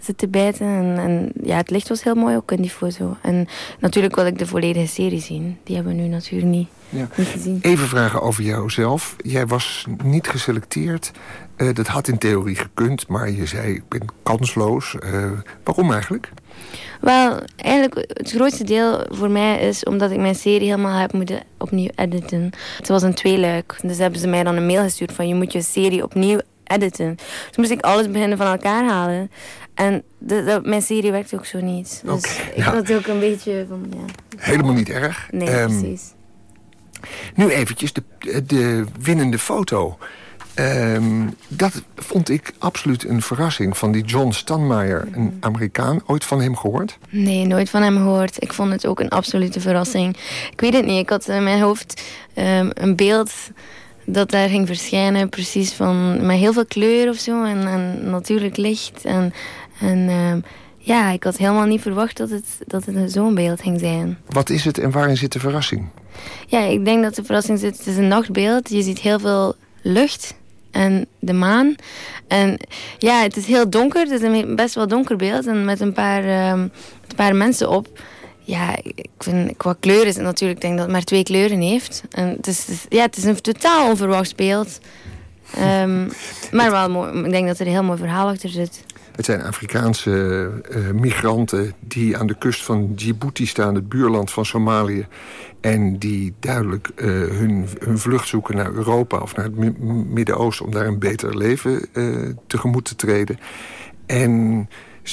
zit te bijten. En ja, het licht was heel mooi ook in die foto. En natuurlijk wil ik de volledige serie zien. Die hebben we nu natuurlijk niet gezien. Even vragen over jouzelf. Jij was niet geselecteerd. Dat had in theorie gekund, maar je zei, ik ben kansloos. Waarom eigenlijk? Wel, eigenlijk het grootste deel voor mij is omdat ik mijn serie helemaal heb moeten opnieuw editen. Het was een tweeluik, dus hebben ze mij dan een mail gestuurd van je moet je serie opnieuw editen. Dus moest ik alles beginnen van elkaar halen. En mijn serie werkt ook zo niet. Dus ik had ook een beetje van, Helemaal niet erg. Nee, precies. Nu eventjes de winnende foto. Dat vond ik absoluut een verrassing van die John Stanmeyer, een Amerikaan. Ooit van hem gehoord? Nee, nooit van hem gehoord. Ik vond het ook een absolute verrassing. Ik weet het niet. Ik had in mijn hoofd een beeld dat daar ging verschijnen, precies van met heel veel kleur of zo en natuurlijk licht. En ik had helemaal niet verwacht dat het zo'n beeld ging zijn. Wat is het en waarin zit de verrassing? Ja, ik denk dat de verrassing zit. Het is een nachtbeeld. Je ziet heel veel lucht en de maan. En ja, het is heel donker. Het is een best wel donker beeld. En met een paar mensen op. Ja, ik vind qua kleur is het natuurlijk, ik denk dat het maar 2 kleuren heeft. En het is een totaal onverwachts beeld. Maar wel mooi. Ik denk dat er een heel mooi verhaal achter zit. Het zijn Afrikaanse migranten die aan de kust van Djibouti staan, het buurland van Somalië. En die duidelijk hun vlucht zoeken naar Europa of naar het Midden-Oosten om daar een beter leven tegemoet te treden. En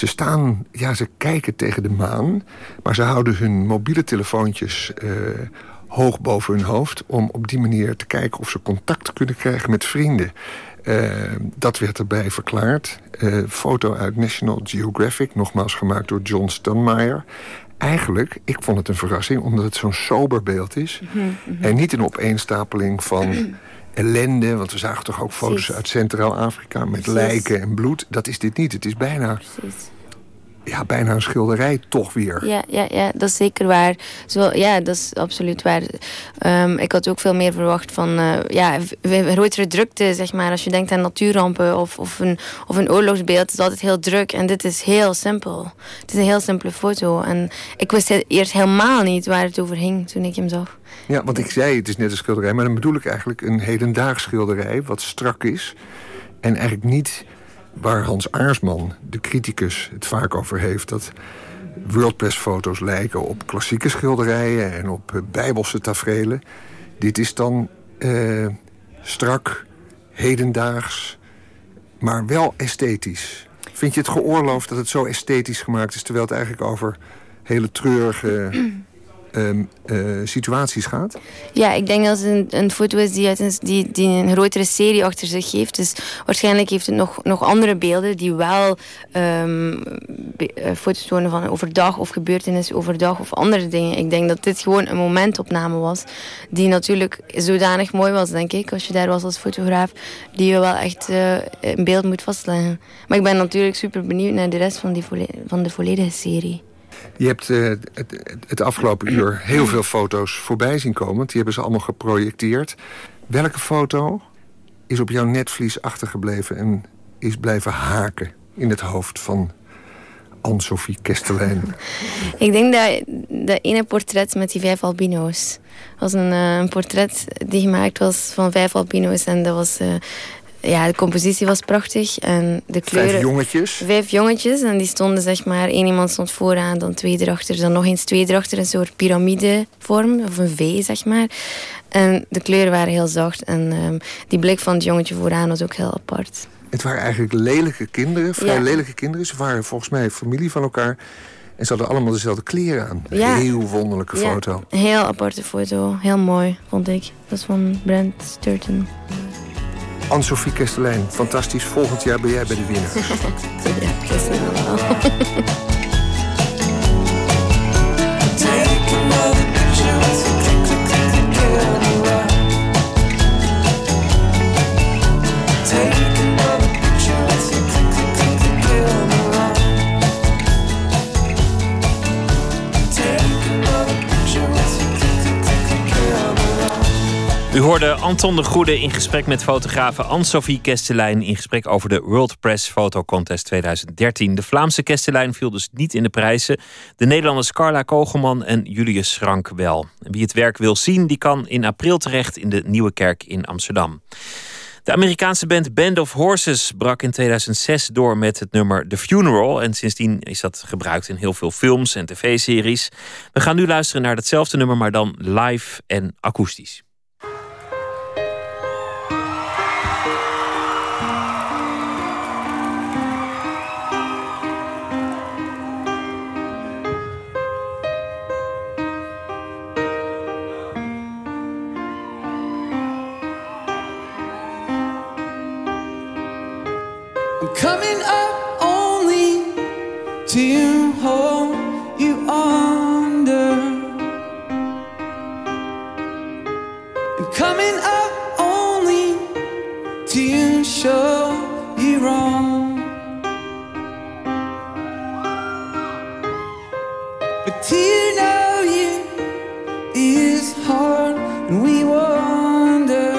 ze kijken tegen de maan, maar ze houden hun mobiele telefoontjes hoog boven hun hoofd om op die manier te kijken of ze contact kunnen krijgen met vrienden. Dat werd erbij verklaard. Foto uit National Geographic, nogmaals gemaakt door John Stanmeyer. Eigenlijk, ik vond het een verrassing, omdat het zo'n sober beeld is. En niet een opeenstapeling van ellende. Want we zagen toch ook foto's uit Centraal-Afrika met lijken en bloed. Dat is dit niet. Het is bijna bijna een schilderij toch weer. Ja, dat is zeker waar. Dat is absoluut waar. Ik had ook veel meer verwacht van grotere drukte, zeg maar. Als je denkt aan natuurrampen of een oorlogsbeeld, het is altijd heel druk. En dit is heel simpel. Het is een heel simpele foto. En ik wist eerst helemaal niet waar het over ging toen ik hem zag. Ja, want ik zei, het is net een schilderij, maar dan bedoel ik eigenlijk een hedendaags schilderij, wat strak is. En eigenlijk niet waar Hans Aarsman, de criticus, het vaak over heeft, dat WordPress-foto's lijken op klassieke schilderijen en op bijbelse taferelen. Dit is dan strak, hedendaags, maar wel esthetisch. Vind je het geoorloofd dat het zo esthetisch gemaakt is, terwijl het eigenlijk over hele treurige situaties gaat? Ja, ik denk dat het een foto is die een grotere serie achter zich heeft. Dus waarschijnlijk heeft het nog andere beelden die wel foto's tonen van overdag of gebeurtenissen overdag of andere dingen. Ik denk dat dit gewoon een momentopname was die natuurlijk zodanig mooi was, denk ik, als je daar was als fotograaf, die je wel echt in beeld moet vastleggen. Maar ik ben natuurlijk super benieuwd naar de rest van de volledige serie. Je hebt het afgelopen uur heel veel foto's voorbij zien komen. Die hebben ze allemaal geprojecteerd. Welke foto is op jouw netvlies achtergebleven en is blijven haken in het hoofd van Anne-Sophie Kestelijn? Ik denk dat ene portret met die 5 albino's. Dat was een portret die gemaakt was van 5 albino's. En dat was... de compositie was prachtig. En de kleuren... 5 jongetjes? 5 jongetjes. En die stonden, zeg maar, 1 iemand stond vooraan, dan 2 erachter, dan nog eens 2 erachter. Een soort piramidevorm, of een V, zeg maar. En de kleuren waren heel zacht. En die blik van het jongetje vooraan was ook heel apart. Het waren eigenlijk lelijke kinderen, vrij lelijke kinderen. Ze waren volgens mij familie van elkaar. En ze hadden allemaal dezelfde kleren aan. Ja. Heel wonderlijke foto. Een heel aparte foto. Heel mooi, vond ik. Dat is van Brent Sturton. Anne-Sophie Kestelijn, fantastisch. Volgend jaar ben jij bij de winnaars. Ja, dat is wel. U hoorde Anton de Goede in gesprek met fotografe Anne-Sophie Kestelijn in gesprek over de World Press Photo Contest 2013. De Vlaamse Kestelijn viel dus niet in de prijzen. De Nederlanders Carla Kogelman en Julius Schrank wel. En wie het werk wil zien, die kan in april terecht in de Nieuwe Kerk in Amsterdam. De Amerikaanse band Band of Horses brak in 2006 door met het nummer The Funeral. En sindsdien is dat gebruikt in heel veel films en tv-series. We gaan nu luisteren naar datzelfde nummer, maar dan live en akoestisch. Coming up only to hold you under. I'm coming up only to show you wrong. But to know you is hard, and we wonder.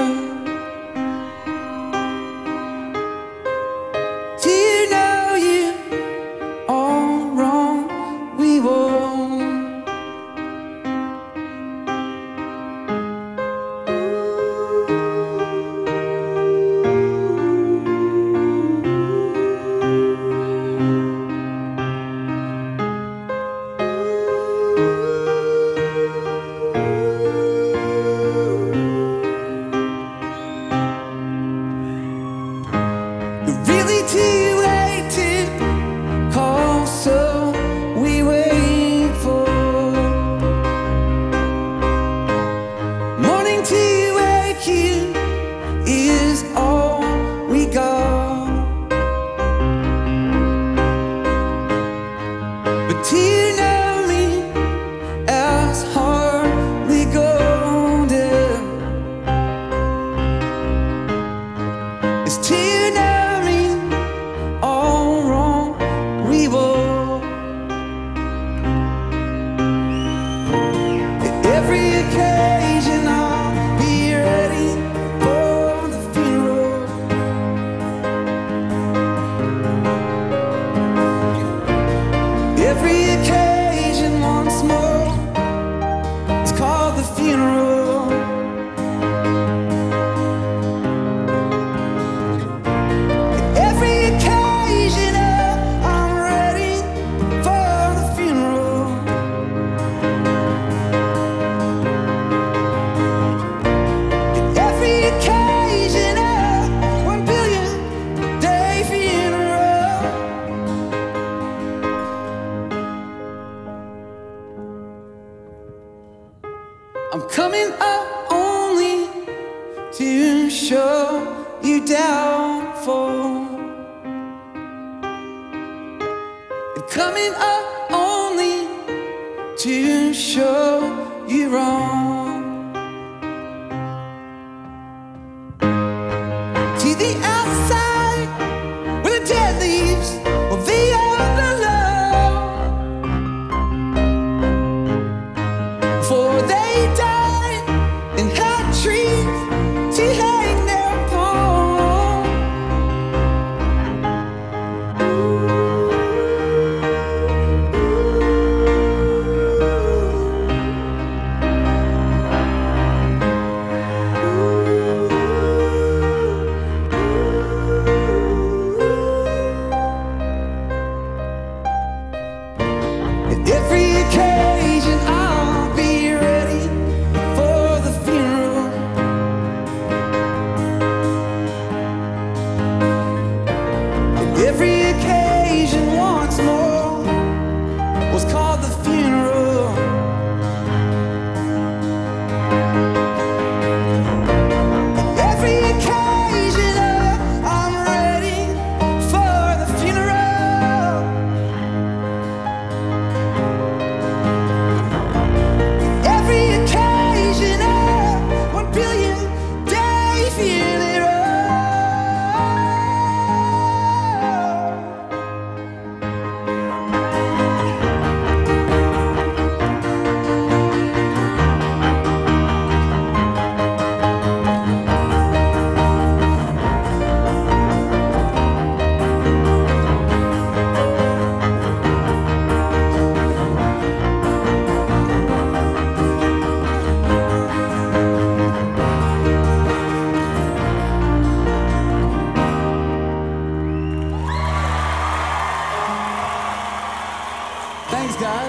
Thanks, guys.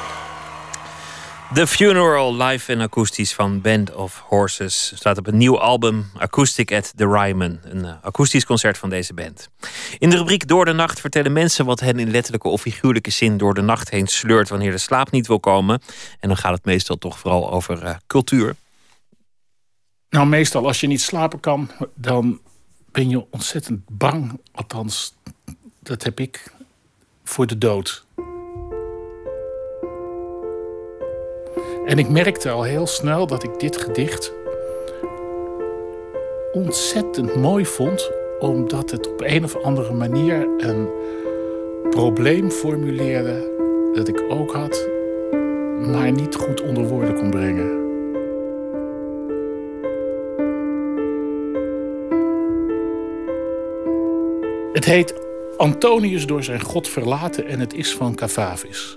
The Funeral, live en akoestisch van Band of Horses. Staat op een nieuw album, Acoustic at the Ryman. Een akoestisch concert van deze band. In de rubriek Door de Nacht vertellen mensen wat hen in letterlijke of figuurlijke zin door de nacht heen sleurt wanneer de slaap niet wil komen. En dan gaat het meestal toch vooral over cultuur. Nou, meestal als je niet slapen kan, dan ben je ontzettend bang. Althans, dat heb ik voor de dood. En ik merkte al heel snel dat ik dit gedicht ontzettend mooi vond, omdat het op een of andere manier een probleem formuleerde dat ik ook had, maar niet goed onder woorden kon brengen. Het heet Antonius door zijn God verlaten en het is van Cavavis.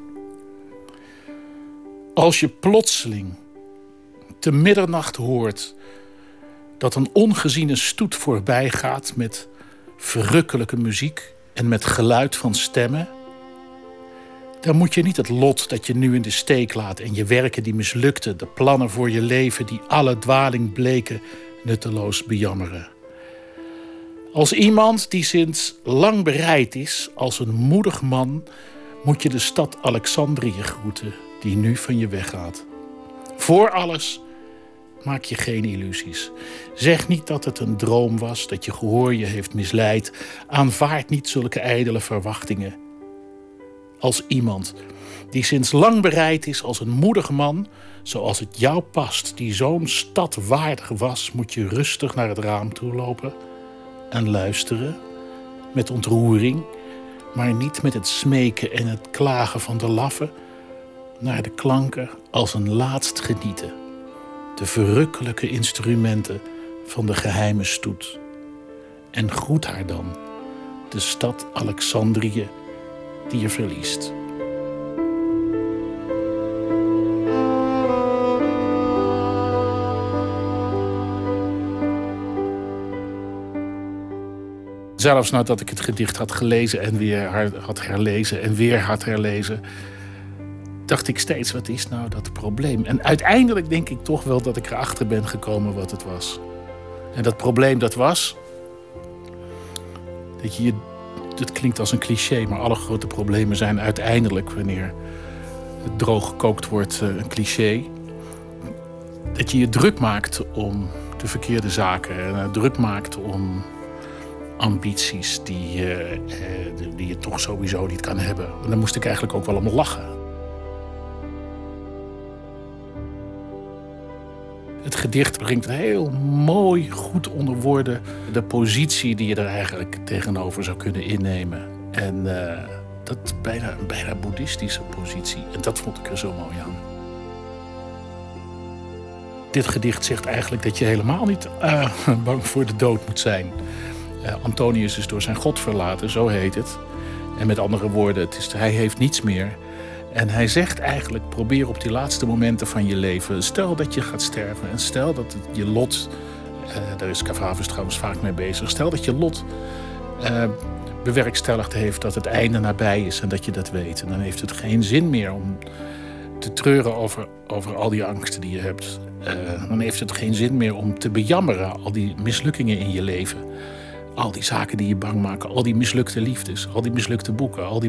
Als je plotseling te middernacht hoort dat een ongeziene stoet voorbij gaat met verrukkelijke muziek en met geluid van stemmen, dan moet je niet het lot dat je nu in de steek laat en je werken die mislukten, de plannen voor je leven die alle dwaling bleken, nutteloos bejammeren. Als iemand die sinds lang bereid is, als een moedig man, moet je de stad Alexandrië groeten, die nu van je weggaat. Voor alles maak je geen illusies. Zeg niet dat het een droom was, dat je gehoor je heeft misleid. Aanvaard niet zulke ijdele verwachtingen. Als iemand die sinds lang bereid is, als een moedig man, zoals het jou past, die zo'n stad waardig was, moet je rustig naar het raam toe lopen en luisteren met ontroering, maar niet met het smeken en het klagen van de laffen, naar de klanken als een laatst genieten. De verrukkelijke instrumenten van de geheime stoet. En groet haar dan, de stad Alexandrië die je verliest. Zelfs nadat ik het gedicht had gelezen en weer had herlezen en weer had herlezen, dacht ik steeds, wat is nou dat probleem? En uiteindelijk denk ik toch wel dat ik erachter ben gekomen wat het was. En dat probleem dat was dat je, het klinkt als een cliché, maar alle grote problemen zijn uiteindelijk, wanneer het droog gekookt wordt, een cliché. Dat je druk maakt om de verkeerde zaken en druk maakt om ambities die je toch sowieso niet kan hebben. En daar moest ik eigenlijk ook wel om lachen. Het gedicht brengt heel mooi, goed onder woorden de positie die je er eigenlijk tegenover zou kunnen innemen. En dat is bijna een bijna boeddhistische positie. En dat vond ik er zo mooi aan. Dit gedicht zegt eigenlijk dat je helemaal niet bang voor de dood moet zijn. Antonius is door zijn God verlaten, zo heet het. En met andere woorden, hij heeft niets meer. En hij zegt eigenlijk, probeer op die laatste momenten van je leven, stel dat je gaat sterven en stel dat je lot, daar is Cavavis trouwens vaak mee bezig, stel dat je lot bewerkstelligd heeft dat het einde nabij is en dat je dat weet. En dan heeft het geen zin meer om te treuren over al die angsten die je hebt. Dan heeft het geen zin meer om te bejammeren, al die mislukkingen in je leven. Al die zaken die je bang maken, al die mislukte liefdes, al die mislukte boeken, al die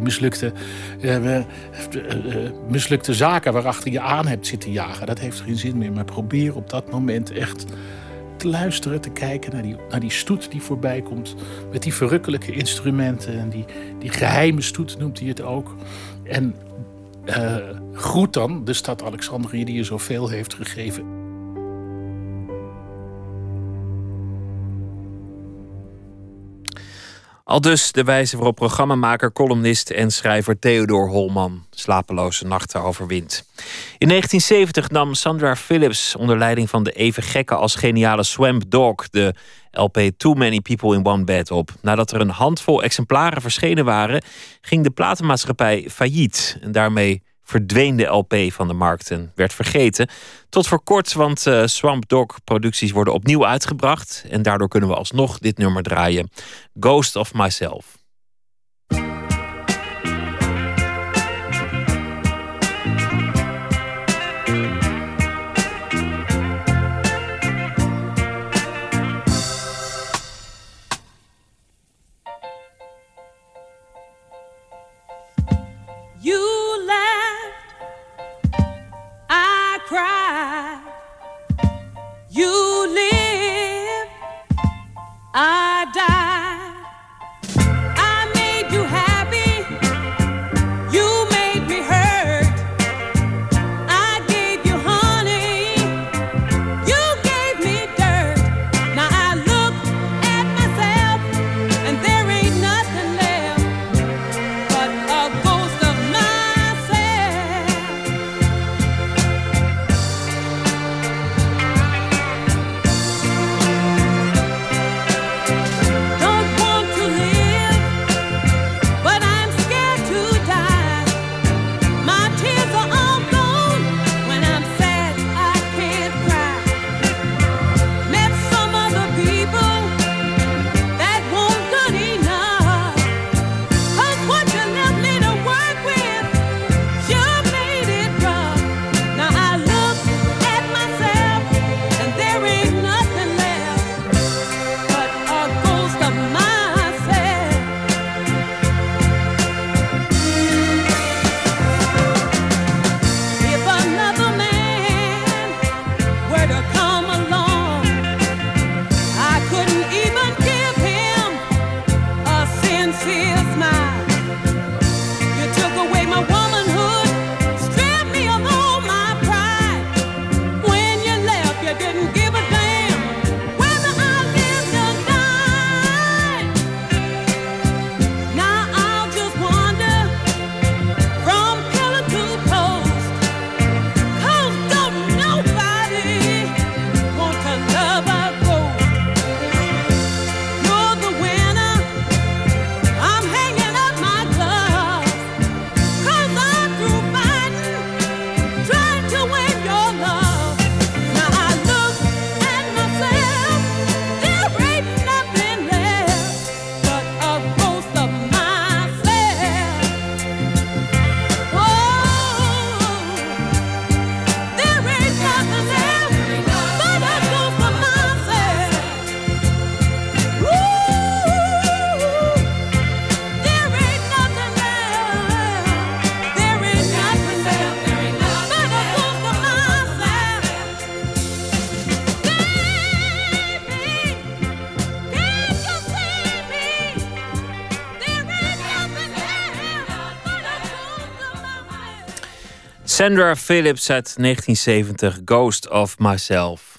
mislukte zaken waarachter je aan hebt zitten jagen. Dat heeft geen zin meer, maar probeer op dat moment echt te luisteren, te kijken naar die stoet die voorbij komt. Met die verrukkelijke instrumenten en die geheime stoet noemt hij het ook. En groet dan de stad Alexandrië die je zoveel heeft gegeven. Aldus de wijze waarop programmamaker, columnist en schrijver Theodor Holman slapeloze nachten overwint. In 1970 nam Sandra Phillips onder leiding van de even gekke als geniale Swamp Dogg de LP Too Many People in One Bed op. Nadat er een handvol exemplaren verschenen waren, ging de platenmaatschappij failliet. En daarmee verdween de LP van de markt en werd vergeten. Tot voor kort, want Swamp Dogg producties worden opnieuw uitgebracht. En daardoor kunnen we alsnog dit nummer draaien. Ghost of Myself. Sandra Phillips uit 1970, Ghost of Myself.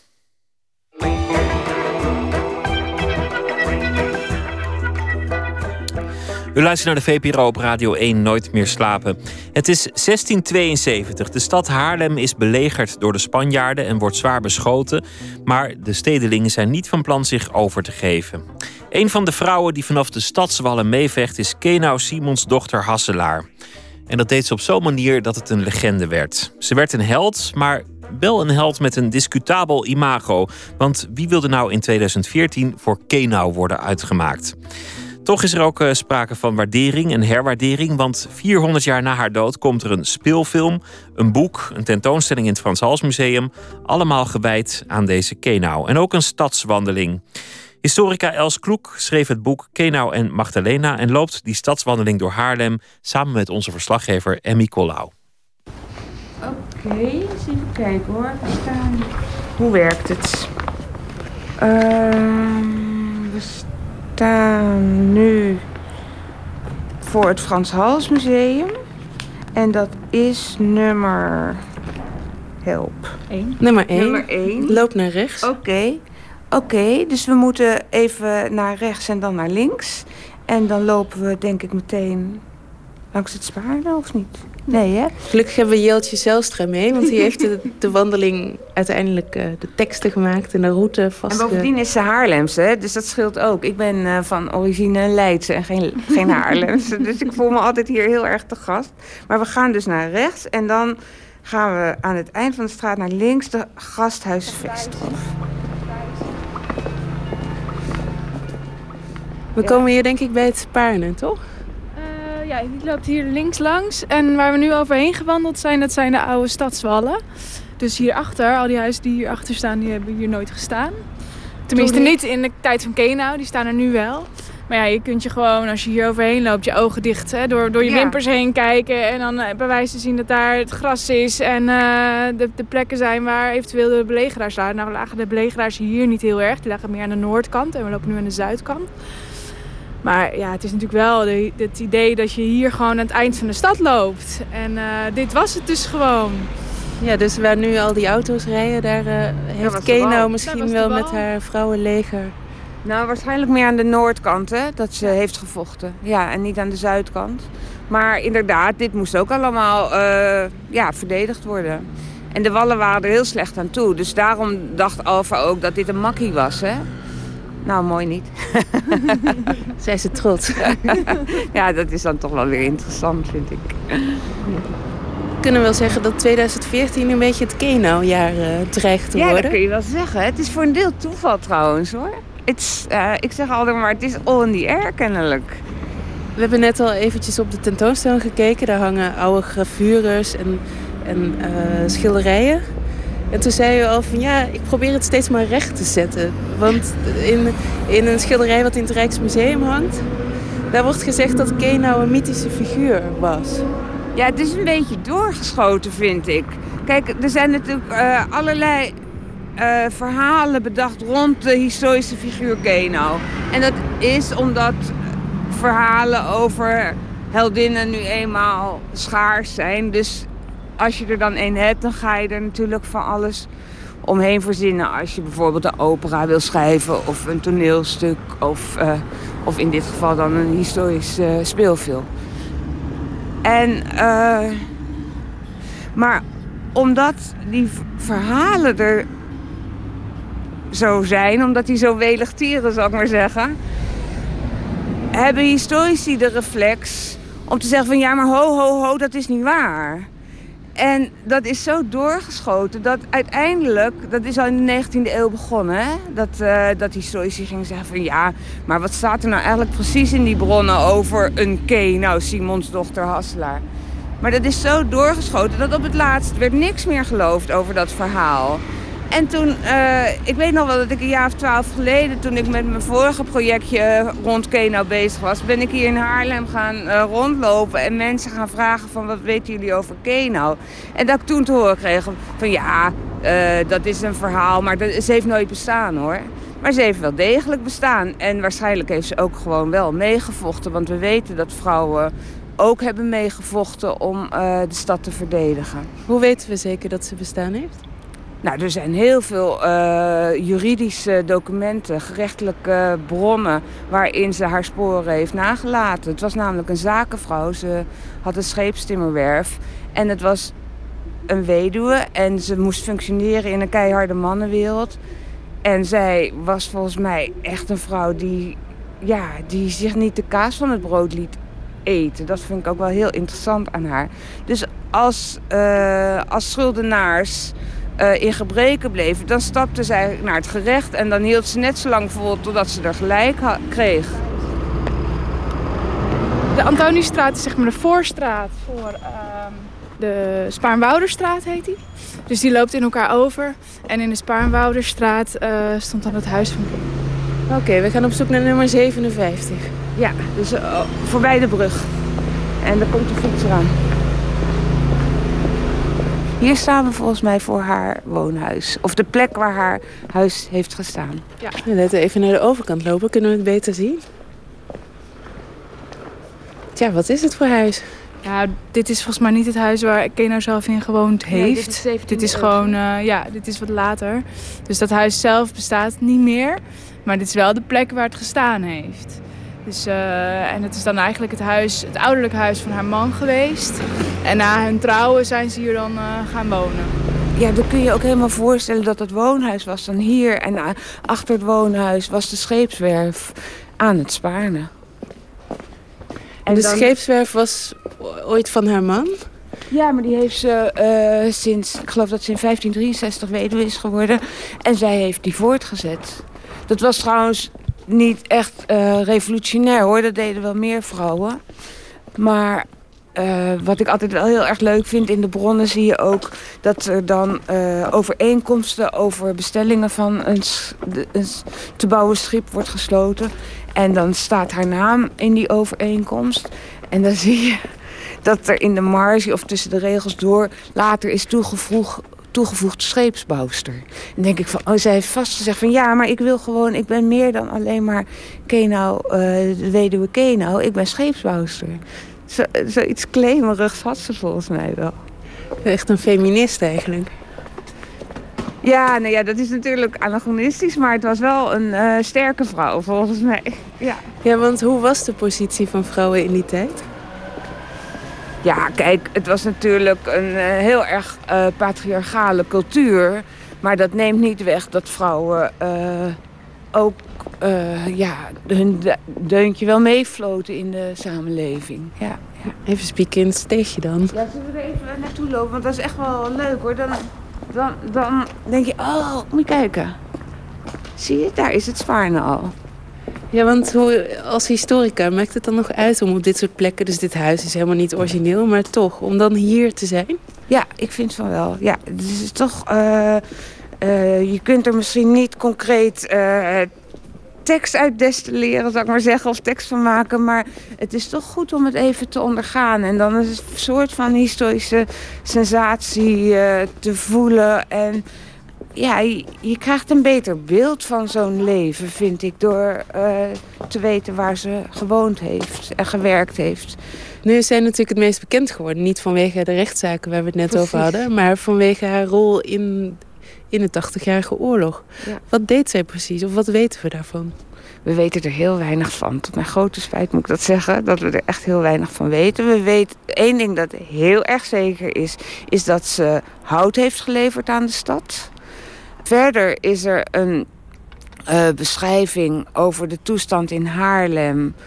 U luistert naar de VPRO op Radio 1, Nooit meer slapen. Het is 1672. De stad Haarlem is belegerd door de Spanjaarden en wordt zwaar beschoten. Maar de stedelingen zijn niet van plan zich over te geven. Een van de vrouwen die vanaf de stadswallen meevecht is Kenau Simonsdochter Hasselaar. En dat deed ze op zo'n manier dat het een legende werd. Ze werd een held, maar wel een held met een discutabel imago. Want wie wilde nou in 2014 voor Kenau worden uitgemaakt? Toch is er ook sprake van waardering en herwaardering. Want 400 jaar na haar dood komt er een speelfilm, een boek, een tentoonstelling in het Frans Hals Museum. Allemaal gewijd aan deze Kenau. En ook een stadswandeling. Historica Els Kloek schreef het boek Kenau en Magdalena en loopt die stadswandeling door Haarlem samen met onze verslaggever Emmy Collau. Oké, eens even kijken hoor. Hoe werkt het? We staan nu voor het Frans Hals Museum. En dat is nummer... Help. Nummer 1. Loop naar rechts. Oké, dus we moeten even naar rechts en dan naar links. En dan lopen we denk ik meteen langs het Spaarne, of niet? Nee, hè? Gelukkig hebben we Jeltje Zijlstra mee, want die heeft de wandeling uiteindelijk de teksten gemaakt en de route vast. En bovendien is ze Haarlemse, hè? Dus dat scheelt ook. Ik ben van origine Leidse en geen Haarlemse. Dus ik voel me altijd hier heel erg te gast. Maar we gaan dus naar rechts en dan gaan we aan het eind van de straat naar links de Gasthuis Vesthof. We komen hier denk ik bij het Spaarne, toch? Ja, die loopt hier links langs. En waar we nu overheen gewandeld zijn, dat zijn de oude stadswallen. Dus hierachter, al die huizen die hierachter staan, die hebben hier nooit gestaan. Tenminste niet in de tijd van Kenau, die staan er nu wel. Maar ja, je kunt je gewoon, als je hier overheen loopt, je ogen dicht, hè, door je wimpers heen kijken. En dan bij wijze te zien dat daar het gras is en de plekken zijn waar eventueel de belegeraars lagen. Nou lagen de belegeraars hier niet heel erg, die lagen meer aan de noordkant en we lopen nu aan de zuidkant. Maar ja, het is natuurlijk wel het idee dat je hier gewoon aan het eind van de stad loopt. En dit was het dus gewoon. Ja, dus waar nu al die auto's rijden, daar heeft Kenau misschien wel met haar vrouwenleger... Nou, waarschijnlijk meer aan de noordkant, hè, dat ze heeft gevochten. Ja, en niet aan de zuidkant. Maar inderdaad, dit moest ook allemaal verdedigd worden. En de wallen waren er heel slecht aan toe. Dus daarom dacht Alfa ook dat dit een makkie was, hè. Nou, mooi niet. Zij is trots. Ja, dat is dan toch wel weer interessant, vind ik. We kunnen wel zeggen dat 2014 een beetje het Kenau-jaar dreigt te worden. Ja, dat kun je wel zeggen. Het is voor een deel toeval trouwens, hoor. Ik zeg altijd maar, het is all in the air kennelijk. We hebben net al eventjes op de tentoonstelling gekeken. Daar hangen oude gravures en schilderijen. En toen zei je al van ja, ik probeer het steeds maar recht te zetten. Want in een schilderij wat in het Rijksmuseum hangt, daar wordt gezegd dat Kenau een mythische figuur was. Ja, het is een beetje doorgeschoten, vind ik. Kijk, er zijn natuurlijk allerlei verhalen bedacht rond de historische figuur Kenau. En dat is omdat verhalen over heldinnen nu eenmaal schaars zijn. Dus als je er dan één hebt, dan ga je er natuurlijk van alles omheen verzinnen. Als je bijvoorbeeld een opera wil schrijven of een toneelstuk of in dit geval dan een historisch speelfilm. Maar omdat die verhalen er zo zijn, omdat die zo welig tieren, zal ik maar zeggen, hebben historici de reflex om te zeggen van ja, maar ho, dat is niet waar. En dat is zo doorgeschoten dat uiteindelijk, dat is al in de 19e eeuw begonnen, hè? Dat historici gingen zeggen van ja, maar wat staat er nou eigenlijk precies in die bronnen over een Kenau Simonsdochter Hasselaar? Maar dat is zo doorgeschoten dat op het laatst werd niks meer geloofd over dat verhaal. En toen, ik weet nog wel dat ik een jaar of 12 geleden, toen ik met mijn vorige projectje rond Kenau bezig was, ben ik hier in Haarlem gaan rondlopen en mensen gaan vragen van wat weten jullie over Kenau? En dat ik toen te horen kreeg van ja, dat is een verhaal, maar ze heeft nooit bestaan hoor. Maar ze heeft wel degelijk bestaan en waarschijnlijk heeft ze ook gewoon wel meegevochten, want we weten dat vrouwen ook hebben meegevochten om de stad te verdedigen. Hoe weten we zeker dat ze bestaan heeft? Nou, er zijn heel veel juridische documenten, gerechtelijke bronnen waarin ze haar sporen heeft nagelaten. Het was namelijk een zakenvrouw. Ze had een scheepstimmerwerf en het was een weduwe en ze moest functioneren in een keiharde mannenwereld. En zij was volgens mij echt een vrouw die zich niet de kaas van het brood liet eten. Dat vind ik ook wel heel interessant aan haar. Dus als schuldenaars in gebreken bleven, dan stapte zij naar het gerecht en dan hield ze net zo lang vol totdat ze er gelijk kreeg. De Antoniusstraat is zeg maar de voorstraat voor de Spaarnwouderstraat heet die. Dus die loopt in elkaar over. En in de Spaarnwouderstraat stond dan het huis van Kim. Oké, we gaan op zoek naar nummer 57. Ja, dus voorbij de brug. En daar komt de fietser aan. Hier staan we volgens mij voor haar woonhuis. Of de plek waar haar huis heeft gestaan. Ja. Laten we even naar de overkant lopen. Kunnen we het beter zien? Tja, wat is het voor huis? Ja, dit is volgens mij niet het huis waar Keno zelf in gewoond heeft. Nee, dit is gewoon, dit is wat later. Dus dat huis zelf bestaat niet meer. Maar dit is wel de plek waar het gestaan heeft. Dus, en het is dan eigenlijk het ouderlijk huis van haar man geweest. En na hun trouwen zijn ze hier dan gaan wonen. Ja, dan kun je ook helemaal voorstellen dat het woonhuis was dan hier. En achter het woonhuis was de scheepswerf aan het Spaarne. En de scheepswerf was ooit van haar man? Ja, maar die heeft ze ik geloof dat ze in 1563 weduwe is geworden. En zij heeft die voortgezet. Dat was trouwens niet echt revolutionair hoor, dat deden wel meer vrouwen. Maar wat ik altijd wel heel erg leuk vind, in de bronnen zie je ook dat er dan overeenkomsten over bestellingen van een te bouwen schip wordt gesloten. En dan staat haar naam in die overeenkomst. En dan zie je dat er in de marge of tussen de regels door later is toegevoegd scheepsbouwster. En denk ik van, zij heeft vast gezegd van ja, maar ik ben meer dan alleen maar Kenau, de weduwe Kenau. Ik ben scheepsbouwster. Zoiets klemerigs had ze volgens mij wel. Echt een feminist eigenlijk. Ja, nou ja, dat is natuurlijk anachronistisch, maar het was wel een sterke vrouw volgens mij. Ja, want hoe was de positie van vrouwen in die tijd? Ja, kijk, het was natuurlijk een heel erg patriarchale cultuur. Maar dat neemt niet weg dat vrouwen ook hun deuntje wel meefloten in de samenleving. Ja. Even spieken in het steegje dan. Ja, zullen we er even naartoe lopen? Want dat is echt wel leuk hoor. Dan denk je, oh, moet je kijken. Zie je, daar is het Spaarne al. Ja, want als historica maakt het dan nog uit om op dit soort plekken... dus dit huis is helemaal niet origineel, maar toch, om dan hier te zijn? Ja, ik vind van wel. Ja, het is toch... je kunt er misschien niet concreet tekst uit destilleren, zou ik maar zeggen, of tekst van maken. Maar het is toch goed om het even te ondergaan. En dan is het een soort van historische sensatie te voelen. En ja, je krijgt een beter beeld van zo'n leven, vind ik, door te weten waar ze gewoond heeft en gewerkt heeft. Nu is zij natuurlijk het meest bekend geworden. Niet vanwege de rechtszaken waar we het net over hadden, maar vanwege haar rol in de 80-jarige oorlog. Ja. Wat deed zij precies? Of wat weten we daarvan? We weten er heel weinig van. Tot mijn grote spijt moet ik dat zeggen, dat we er echt heel weinig van weten. We weten, één ding dat heel erg zeker is dat ze hout heeft geleverd aan de stad. Verder is er een beschrijving over de toestand in Haarlem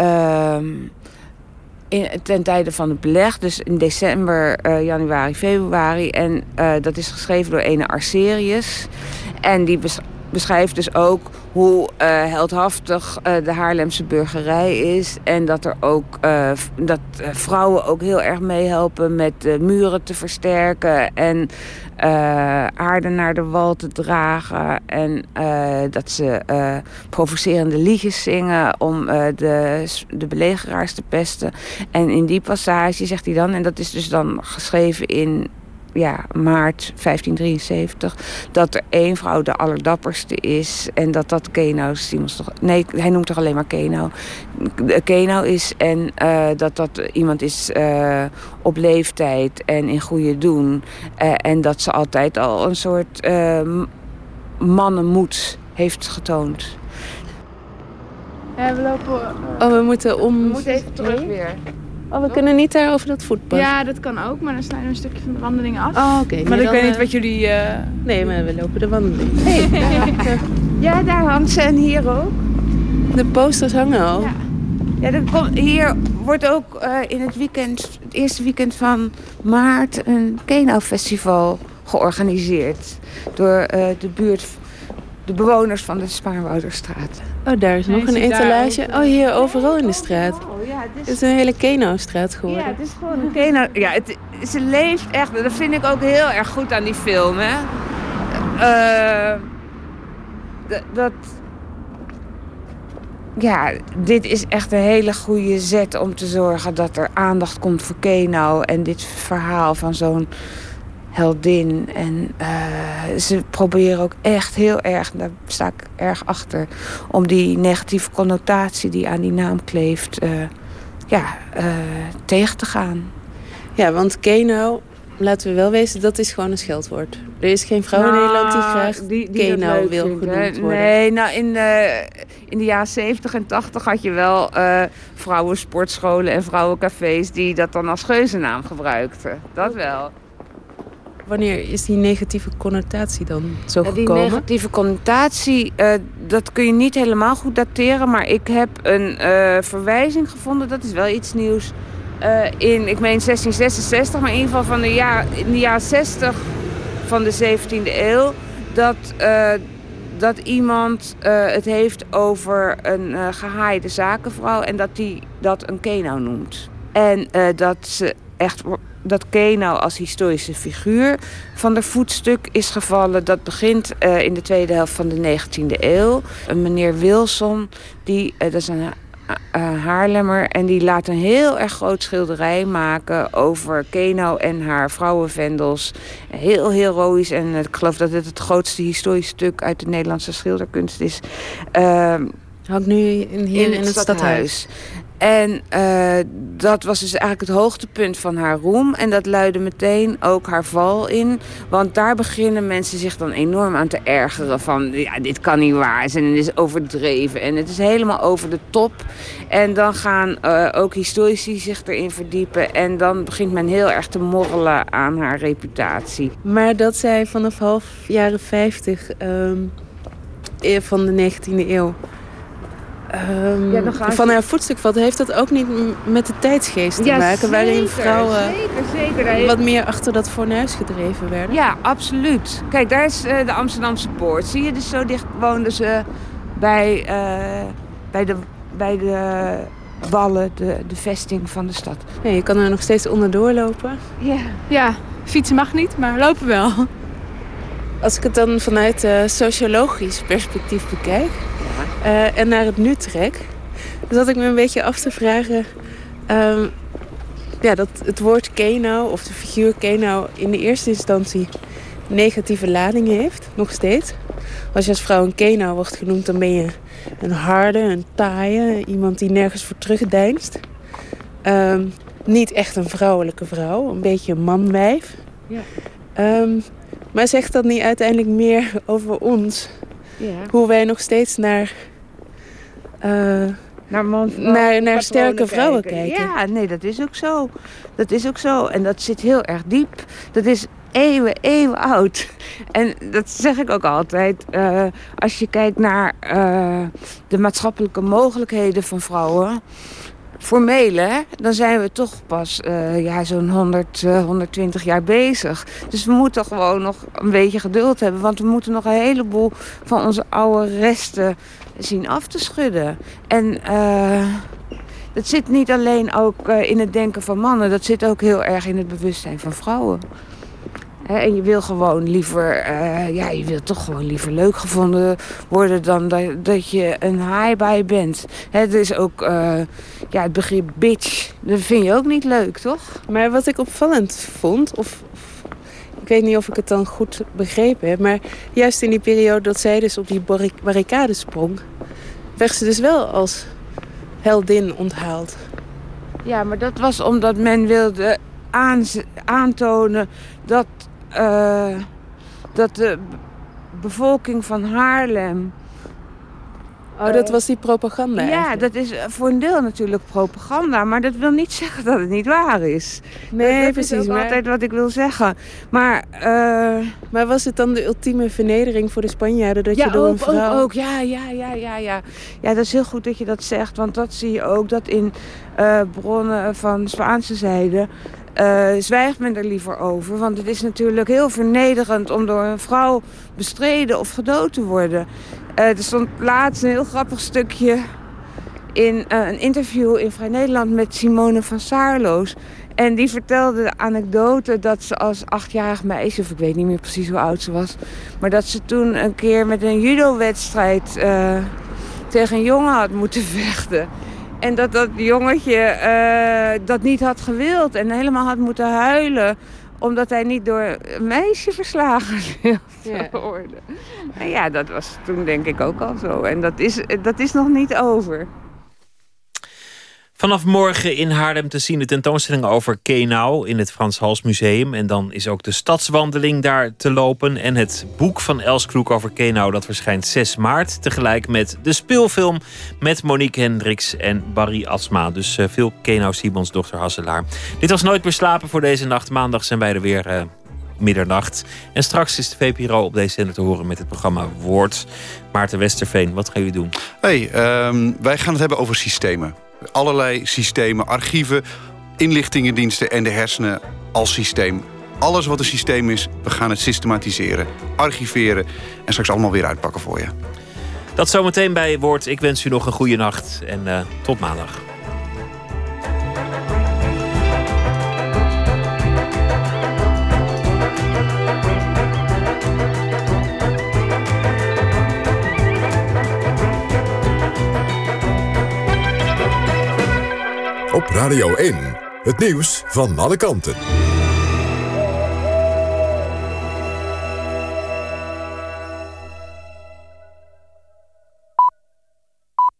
ten tijde van het beleg. Dus in december, januari, februari. En dat is geschreven door ene Arcerius. En die beschrijft dus ook hoe heldhaftig de Haarlemse burgerij is. En dat er ook vrouwen ook heel erg meehelpen met muren te versterken. En aarde naar de wal te dragen. En dat ze provocerende liedjes zingen om de belegeraars te pesten. En in die passage zegt hij dan, en dat is dus dan geschreven in maart 1573... dat er 1 vrouw de allerdapperste is... en dat Kenau... Nee, hij noemt toch alleen maar Kenau. Kenau is en dat iemand is op leeftijd en in goede doen. En dat ze altijd al een soort mannenmoed heeft getoond. Ja, we lopen... we moeten We moeten even terug weer. We kunnen niet daar over dat voetpad. Ja, dat kan ook, maar dan snijden we een stukje van de wandeling af. Oké. Maar ik weet niet wat jullie... Nee, maar we lopen de wandeling. Ja, daar hangt ze en hier ook. De posters hangen al. Hier wordt ook in het eerste weekend van maart... een Kenau-festival georganiseerd. Door de bewoners van de Spaarnwouderstraat. Daar is nog een etalage. Hier overal in de straat. Het is een hele Kenau-straat geworden. Ja, het is gewoon een Kenau. Ja, ze leeft echt. Dat vind ik ook heel erg goed aan die film. Hè. Dit is echt een hele goede zet om te zorgen dat er aandacht komt voor Kenau. En dit verhaal van zo'n heldin. En ze proberen ook echt heel erg, daar sta ik erg achter... om die negatieve connotatie die aan die naam kleeft... tegen te gaan. Ja, want Kenau, laten we wel wezen, dat is gewoon een scheldwoord. Er is geen vrouw in Nederland die graag Kenau wil genoemd worden. Nee, in de jaren 70 en 80 had je wel vrouwensportscholen en vrouwencafés... die dat dan als geuzennaam gebruikten. Dat wel. Wanneer is die negatieve connotatie dan zo gekomen? Die negatieve connotatie, dat kun je niet helemaal goed dateren... maar ik heb een verwijzing gevonden, dat is wel iets nieuws... ik meen 1666, maar in ieder geval in de jaren 60 van de 17e eeuw... dat iemand het heeft over een gehaaide zakenvrouw... en dat die dat een Kenau noemt. En dat Kenau als historische figuur van de voetstuk is gevallen. Dat begint in de tweede helft van de 19e eeuw. Een meneer Wilson, dat is een Haarlemmer... en die laat een heel erg groot schilderij maken over Kenau en haar vrouwenvendels. Heel heroïsch en ik geloof dat het grootste historisch stuk uit de Nederlandse schilderkunst is. Hangt nu hier in het stadhuis. En dat was dus eigenlijk het hoogtepunt van haar roem. En dat luidde meteen ook haar val in. Want daar beginnen mensen zich dan enorm aan te ergeren. Van, ja, dit kan niet waar zijn. En het is overdreven. En het is helemaal over de top. En dan gaan ook historici zich erin verdiepen. En dan begint men heel erg te morrelen aan haar reputatie. Maar dat zij vanaf half jaren 50 van de 19e eeuw... van haar voetstuk valt, heeft dat ook niet met de tijdsgeest te maken... Zeker, waarin vrouwen zeker. wat meer achter dat fornuis gedreven werden? Ja, absoluut. Kijk, daar is de Amsterdamse Poort. Zie je, dus zo dicht woonden ze bij de wallen, de vesting van de stad. Nee, je kan er nog steeds onderdoor lopen. Ja, fietsen mag niet, maar lopen wel. Als ik het dan vanuit sociologisch perspectief bekijk... en naar het nu trek... zat ik me een beetje af te vragen... dat het woord Kenau of de figuur Kenau... in de eerste instantie negatieve lading heeft, nog steeds. Als je als vrouw een Kenau wordt genoemd... dan ben je een harde, een taaie... iemand die nergens voor terugdeinst. Niet echt een vrouwelijke vrouw, een beetje een manwijf. Ja. Maar zegt dat niet uiteindelijk meer over ons? Ja. Hoe wij nog steeds naar sterke vrouwen kijken. Ja, nee, dat is ook zo. Dat is ook zo. En dat zit heel erg diep. Dat is eeuwen oud. En dat zeg ik ook altijd. Als je kijkt naar de maatschappelijke mogelijkheden van vrouwen... Formeel, hè? Dan zijn we toch pas zo'n 120 jaar bezig. Dus we moeten gewoon nog een beetje geduld hebben. Want we moeten nog een heleboel van onze oude resten zien af te schudden. En dat zit niet alleen ook in het denken van mannen. Dat zit ook heel erg in het bewustzijn van vrouwen. En je wil gewoon liever, je wil toch gewoon liever leuk gevonden worden dan dat je een haaibaai bent. Het is ook het begrip bitch. Dat vind je ook niet leuk, toch? Maar wat ik opvallend vond, Ik weet niet of ik het dan goed begrepen heb. Maar juist in die periode dat zij dus op die barricade sprong... werd ze dus wel als heldin onthaald. Ja, maar dat was omdat men wilde aantonen dat de bevolking van Haarlem... dat was die propaganda eigenlijk. Ja, dat is voor een deel natuurlijk propaganda. Maar dat wil niet zeggen dat het niet waar is. Nee, dat precies. is ook altijd wat ik wil zeggen. Maar was het dan de ultieme vernedering voor de Spanjaarden... dat je door een vrouw... ook. Ja. Ja, dat is heel goed dat je dat zegt. Want dat zie je ook, dat in bronnen van Spaanse zijde... zwijgt men er liever over. Want het is natuurlijk heel vernederend om door een vrouw bestreden of gedood te worden. Er stond laatst een heel grappig stukje in een interview in Vrij Nederland met Simone van Saarloos. En die vertelde de anekdote dat ze als 8-jarig meisje, of ik weet niet meer precies hoe oud ze was, maar dat ze toen een keer met een judo-wedstrijd tegen een jongen had moeten vechten. En dat jongetje dat niet had gewild en helemaal had moeten huilen... omdat hij niet door een meisje verslagen wilde worden. En ja, dat was toen denk ik ook al zo. En dat is nog niet over. Vanaf morgen in Haarlem te zien de tentoonstelling over Kenau in het Frans Hals Museum. En dan is ook de stadswandeling daar te lopen. En het boek van Els Kloek over Kenau dat verschijnt 6 maart. Tegelijk met de speelfilm met Monique Hendricks en Barry Asma. Dus veel Kenau Simons, dochter Hasselaar. Dit was Nooit meer slapen voor deze nacht. Maandag zijn wij er weer middernacht. En straks is de VPRO op deze zender te horen met het programma Woord. Maarten Westerveen, wat gaan jullie doen? Wij gaan het hebben over systemen. Allerlei systemen, archieven, inlichtingendiensten en de hersenen als systeem. Alles wat een systeem is, we gaan het systematiseren, archiveren en straks allemaal weer uitpakken voor je. Dat zometeen bij Woord. Ik wens u nog een goede nacht en tot maandag. Op Radio 1, het nieuws van alle kanten.